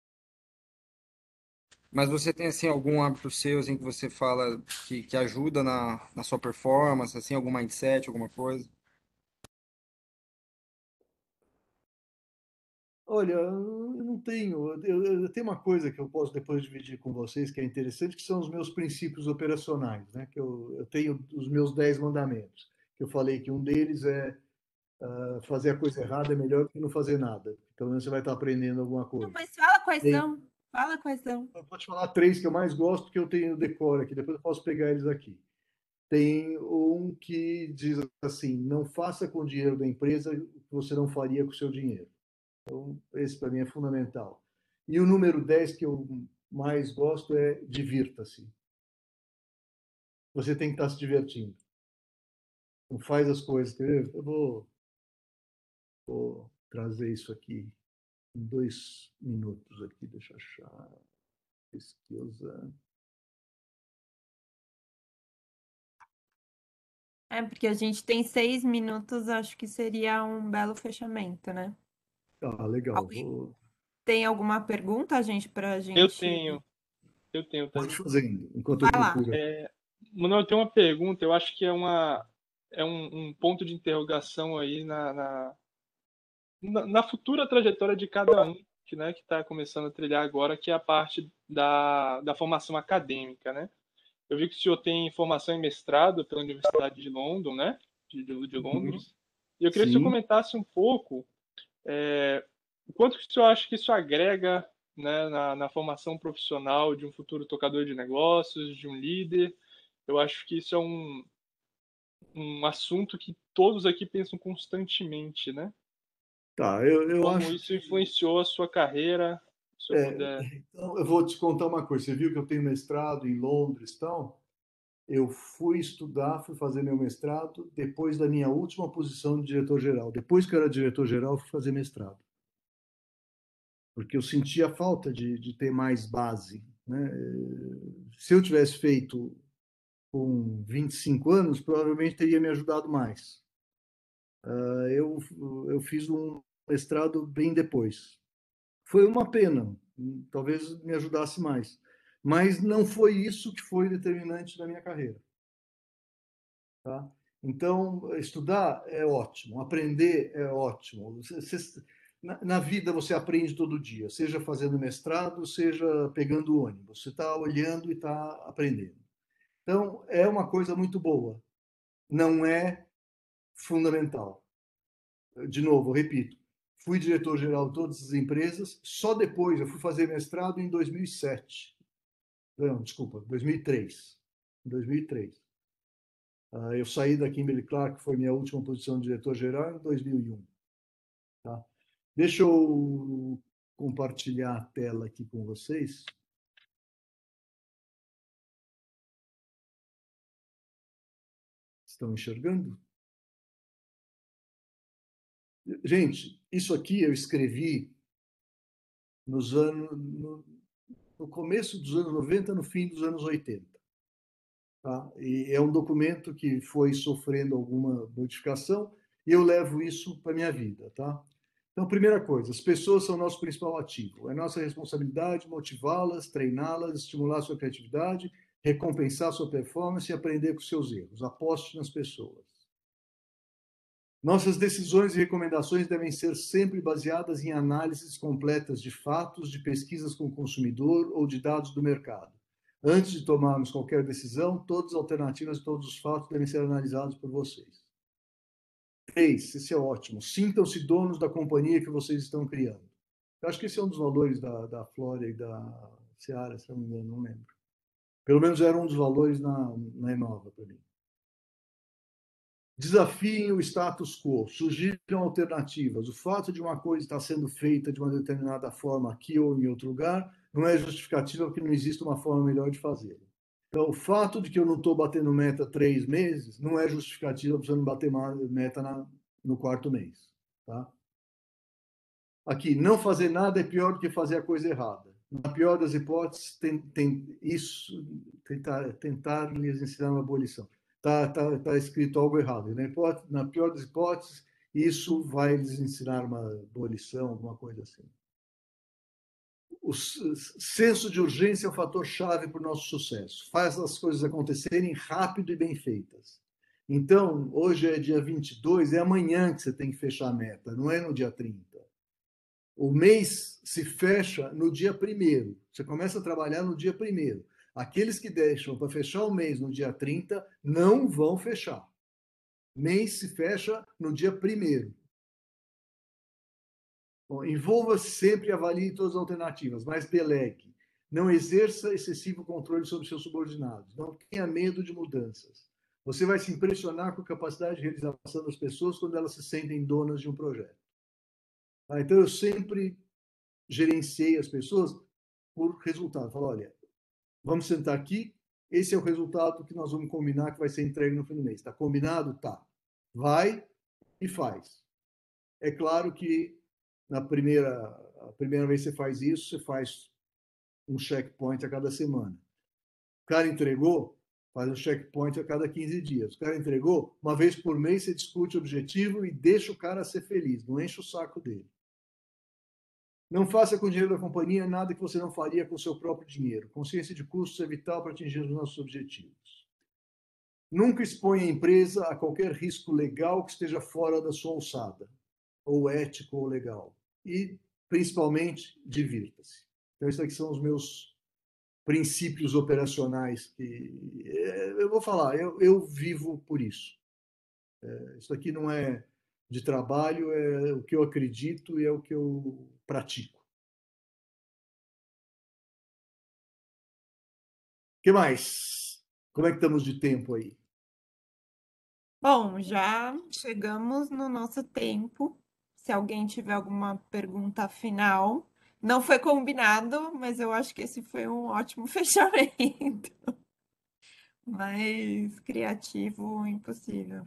Mas você tem, assim, algum hábito seu, assim, que você fala que, que ajuda na, na sua performance, assim, algum mindset, alguma coisa? Olha, eu não tenho. Eu, eu tenho uma coisa que eu posso depois dividir com vocês que é interessante, que são os meus princípios operacionais, né? Que eu, eu tenho os meus dez mandamentos. Que eu falei que um deles é uh, fazer a coisa errada é melhor que não fazer nada. Então você vai estar aprendendo alguma Não, coisa. mas fala quais Tem, são. Fala quais são. eu vou te falar três que eu mais gosto, que eu tenho decoro aqui. Depois eu posso pegar eles aqui. Tem um que diz assim: não faça com o dinheiro da empresa o que você não faria com o seu dinheiro. Então, esse para mim é fundamental. E o número dez que eu mais gosto é divirta-se. Você tem que estar se divertindo. Não faz as coisas. Eu vou, vou trazer isso aqui em dois minutos aqui. Deixa eu achar. Pesquisa. É, porque a gente tem seis minutos, acho que seria um belo fechamento, né? Ah, legal. Alguém Vou... tem alguma pergunta, gente, para a Eu gente? tenho, eu tenho, Pode Thaís. fazendo, enquanto eu Vai lá. procuro. É, Manuel, eu tenho uma pergunta, eu acho que é, uma, é um, um ponto de interrogação aí na, na, na, na futura trajetória de cada um que né, que está começando a trilhar agora, que é a parte da, da formação acadêmica, né? Eu vi que o senhor tem formação em mestrado pela Universidade de London, né? De, de, de Uhum. Londres. E eu queria que o senhor Sim. comentasse um pouco é, o quanto que o senhor acha que isso agrega né, na, na formação profissional de um futuro tocador de negócios, de um líder. Eu acho que isso é um, um assunto que todos aqui pensam constantemente, né? Tá, eu, eu Como acho isso que. influenciou a sua carreira, se eu É, puder. então, eu vou te contar uma coisa. Você viu que eu tenho mestrado em Londres, então? Eu fui estudar, fui fazer meu mestrado depois da minha última posição de diretor-geral. Depois que eu era diretor-geral, eu fui fazer mestrado. Porque eu sentia falta de, de ter mais base, né? Se eu tivesse feito com vinte e cinco anos, provavelmente teria me ajudado mais. Uh, eu, eu fiz um mestrado bem depois. Foi uma pena, talvez me ajudasse mais. Mas não foi isso que foi determinante na minha carreira. Tá? Então, estudar é ótimo, aprender é ótimo. Você, você, na, na vida você aprende todo dia, seja fazendo mestrado, seja pegando ônibus. Você está olhando e está aprendendo. Então, é uma coisa muito boa. Não é fundamental. De novo, repito, fui diretor-geral de todas as empresas, só depois eu fui fazer mestrado em dois mil e sete. Não, desculpa, dois mil e três. dois mil e três. Uh, eu saí da Kimberly-Clark, que foi minha última posição de diretor-geral, em dois mil e um. Tá? Deixa eu compartilhar a tela aqui com vocês. Estão enxergando? Gente, isso aqui eu escrevi nos anos, no, no começo dos anos noventa, no fim dos anos oitenta. Tá? E é um documento que foi sofrendo alguma modificação e eu levo isso para a minha vida. Tá? Então, primeira coisa, as pessoas são nosso principal ativo. É nossa responsabilidade motivá-las, treiná-las, estimular sua criatividade, recompensar sua performance e aprender com seus erros. Aposte nas pessoas. Nossas decisões e recomendações devem ser sempre baseadas em análises completas de fatos, de pesquisas com o consumidor ou de dados do mercado. Antes de tomarmos qualquer decisão, todas as alternativas e todos os fatos devem ser analisados por vocês. Três, esse é ótimo. Sintam-se donos da companhia que vocês estão criando. Eu acho que esse é um dos valores da, da Flora e da Seara, se eu não me engano, não lembro. Pelo menos era um dos valores na, na Enova para mim. Desafiem o status quo, sugiram alternativas. O fato de uma coisa estar sendo feita de uma determinada forma aqui ou em outro lugar não é justificativa porque não existe uma forma melhor de fazer. Então, o fato de que eu não estou batendo meta três meses não é justificativa para você não bater meta na, no quarto mês. Tá? Aqui, não fazer nada é pior do que fazer a coisa errada. Na pior das hipóteses, tem, tem isso, tentar, tentar lhes ensinar uma boa lição. Está tá, tá escrito algo errado. Na, hipótese, na pior das hipóteses, isso vai lhes ensinar uma boa lição, alguma coisa assim. O senso de urgência é um fator chave para o nosso sucesso. Faz as coisas acontecerem rápido e bem feitas. Então, hoje é dia vinte e dois, é amanhã que você tem que fechar a meta, não é no dia trinta. O mês se fecha no dia primeiro. Você começa a trabalhar no dia primeiro. Aqueles que deixam para fechar o mês no dia trinta não vão fechar. Mês se fecha no dia primeiro. Bom, envolva-se sempre e avalie todas as alternativas, mas delegue. Não exerça excessivo controle sobre seus subordinados. Não tenha medo de mudanças. Você vai se impressionar com a capacidade de realização das pessoas quando elas se sentem donas de um projeto. Tá? Então, eu sempre gerenciei as pessoas por resultado. Falo, olha, vamos sentar aqui, esse é o resultado que nós vamos combinar que vai ser entregue no fim do mês. Está combinado? Tá. Vai e faz. É claro que na primeira, a primeira vez que você faz isso, você faz um checkpoint a cada semana. O cara entregou, faz um checkpoint a cada quinze dias. O cara entregou, uma vez por mês você discute o objetivo e deixa o cara ser feliz, não enche o saco dele. Não faça com o dinheiro da companhia nada que você não faria com o seu próprio dinheiro. Consciência de custos é vital para atingir os nossos objetivos. Nunca exponha a empresa a qualquer risco legal que esteja fora da sua alçada, ou ético ou legal. E, principalmente, divirta-se. Então, esses aqui são os meus princípios operacionais que eu vou falar, eu, eu vivo por isso. É, isso aqui não é de trabalho, é o que eu acredito e é o que eu pratico. O que mais? Como é que estamos de tempo aí? Bom, já chegamos no nosso tempo. Se alguém tiver alguma pergunta final, não foi combinado, mas eu acho que esse foi um ótimo fechamento. Mais criativo, impossível.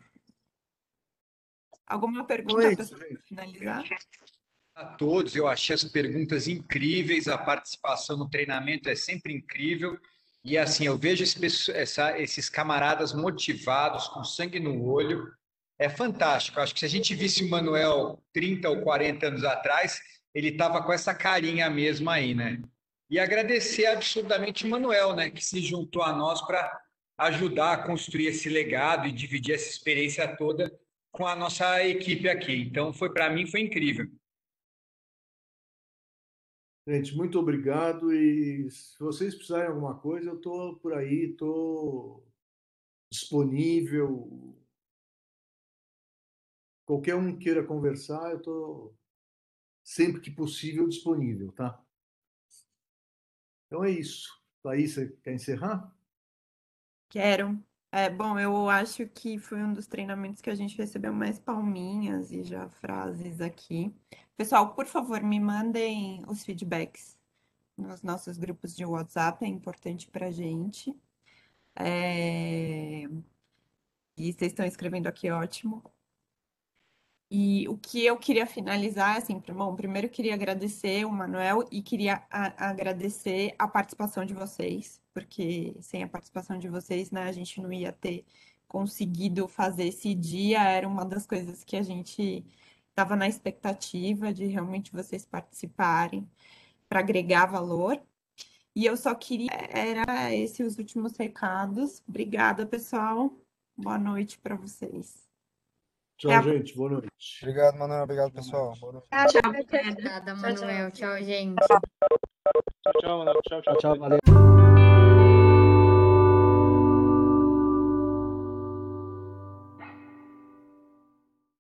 Alguma pergunta para finalizar? A todos, eu achei as perguntas incríveis, a participação no treinamento é sempre incrível. E assim, eu vejo esse, essa, esses camaradas motivados, com sangue no olho, é fantástico. Acho que se a gente visse o Manuel trinta ou quarenta anos atrás, ele estava com essa carinha mesmo aí, né? E agradecer absurdamente o Manuel, né, que se juntou a nós para ajudar a construir esse legado e dividir essa experiência toda com a nossa equipe aqui. Então, foi para mim foi incrível. Gente, muito obrigado. E se vocês precisarem de alguma coisa, eu estou por aí, estou disponível. Qualquer um queira conversar, eu estou sempre que possível disponível, tá? Então é isso. Thaís, você quer encerrar? Quero. É, bom, eu acho que foi um dos treinamentos que a gente recebeu mais palminhas e já frases aqui. Pessoal, por favor, me mandem os feedbacks nos nossos grupos de WhatsApp, é importante para a gente. É... E vocês estão escrevendo aqui, ótimo. E o que eu queria finalizar, assim, bom, primeiro eu queria agradecer o Manuel e queria a- agradecer a participação de vocês, porque sem a participação de vocês, né, a gente não ia ter conseguido fazer esse dia, era uma das coisas que a gente estava na expectativa de realmente vocês participarem para agregar valor. E eu só queria, era esses os últimos recados. Obrigada, pessoal. Boa noite para vocês. Tchau, É a- gente. Boa noite. Obrigado, Manuel. Obrigado, pessoal. Boa noite. Tchau, Obrigada. obrigada, Tchau, tchau. Manuel. Tchau, gente. Tchau, tchau, Manuel. Tchau, tchau. Tchau, tchau, valeu.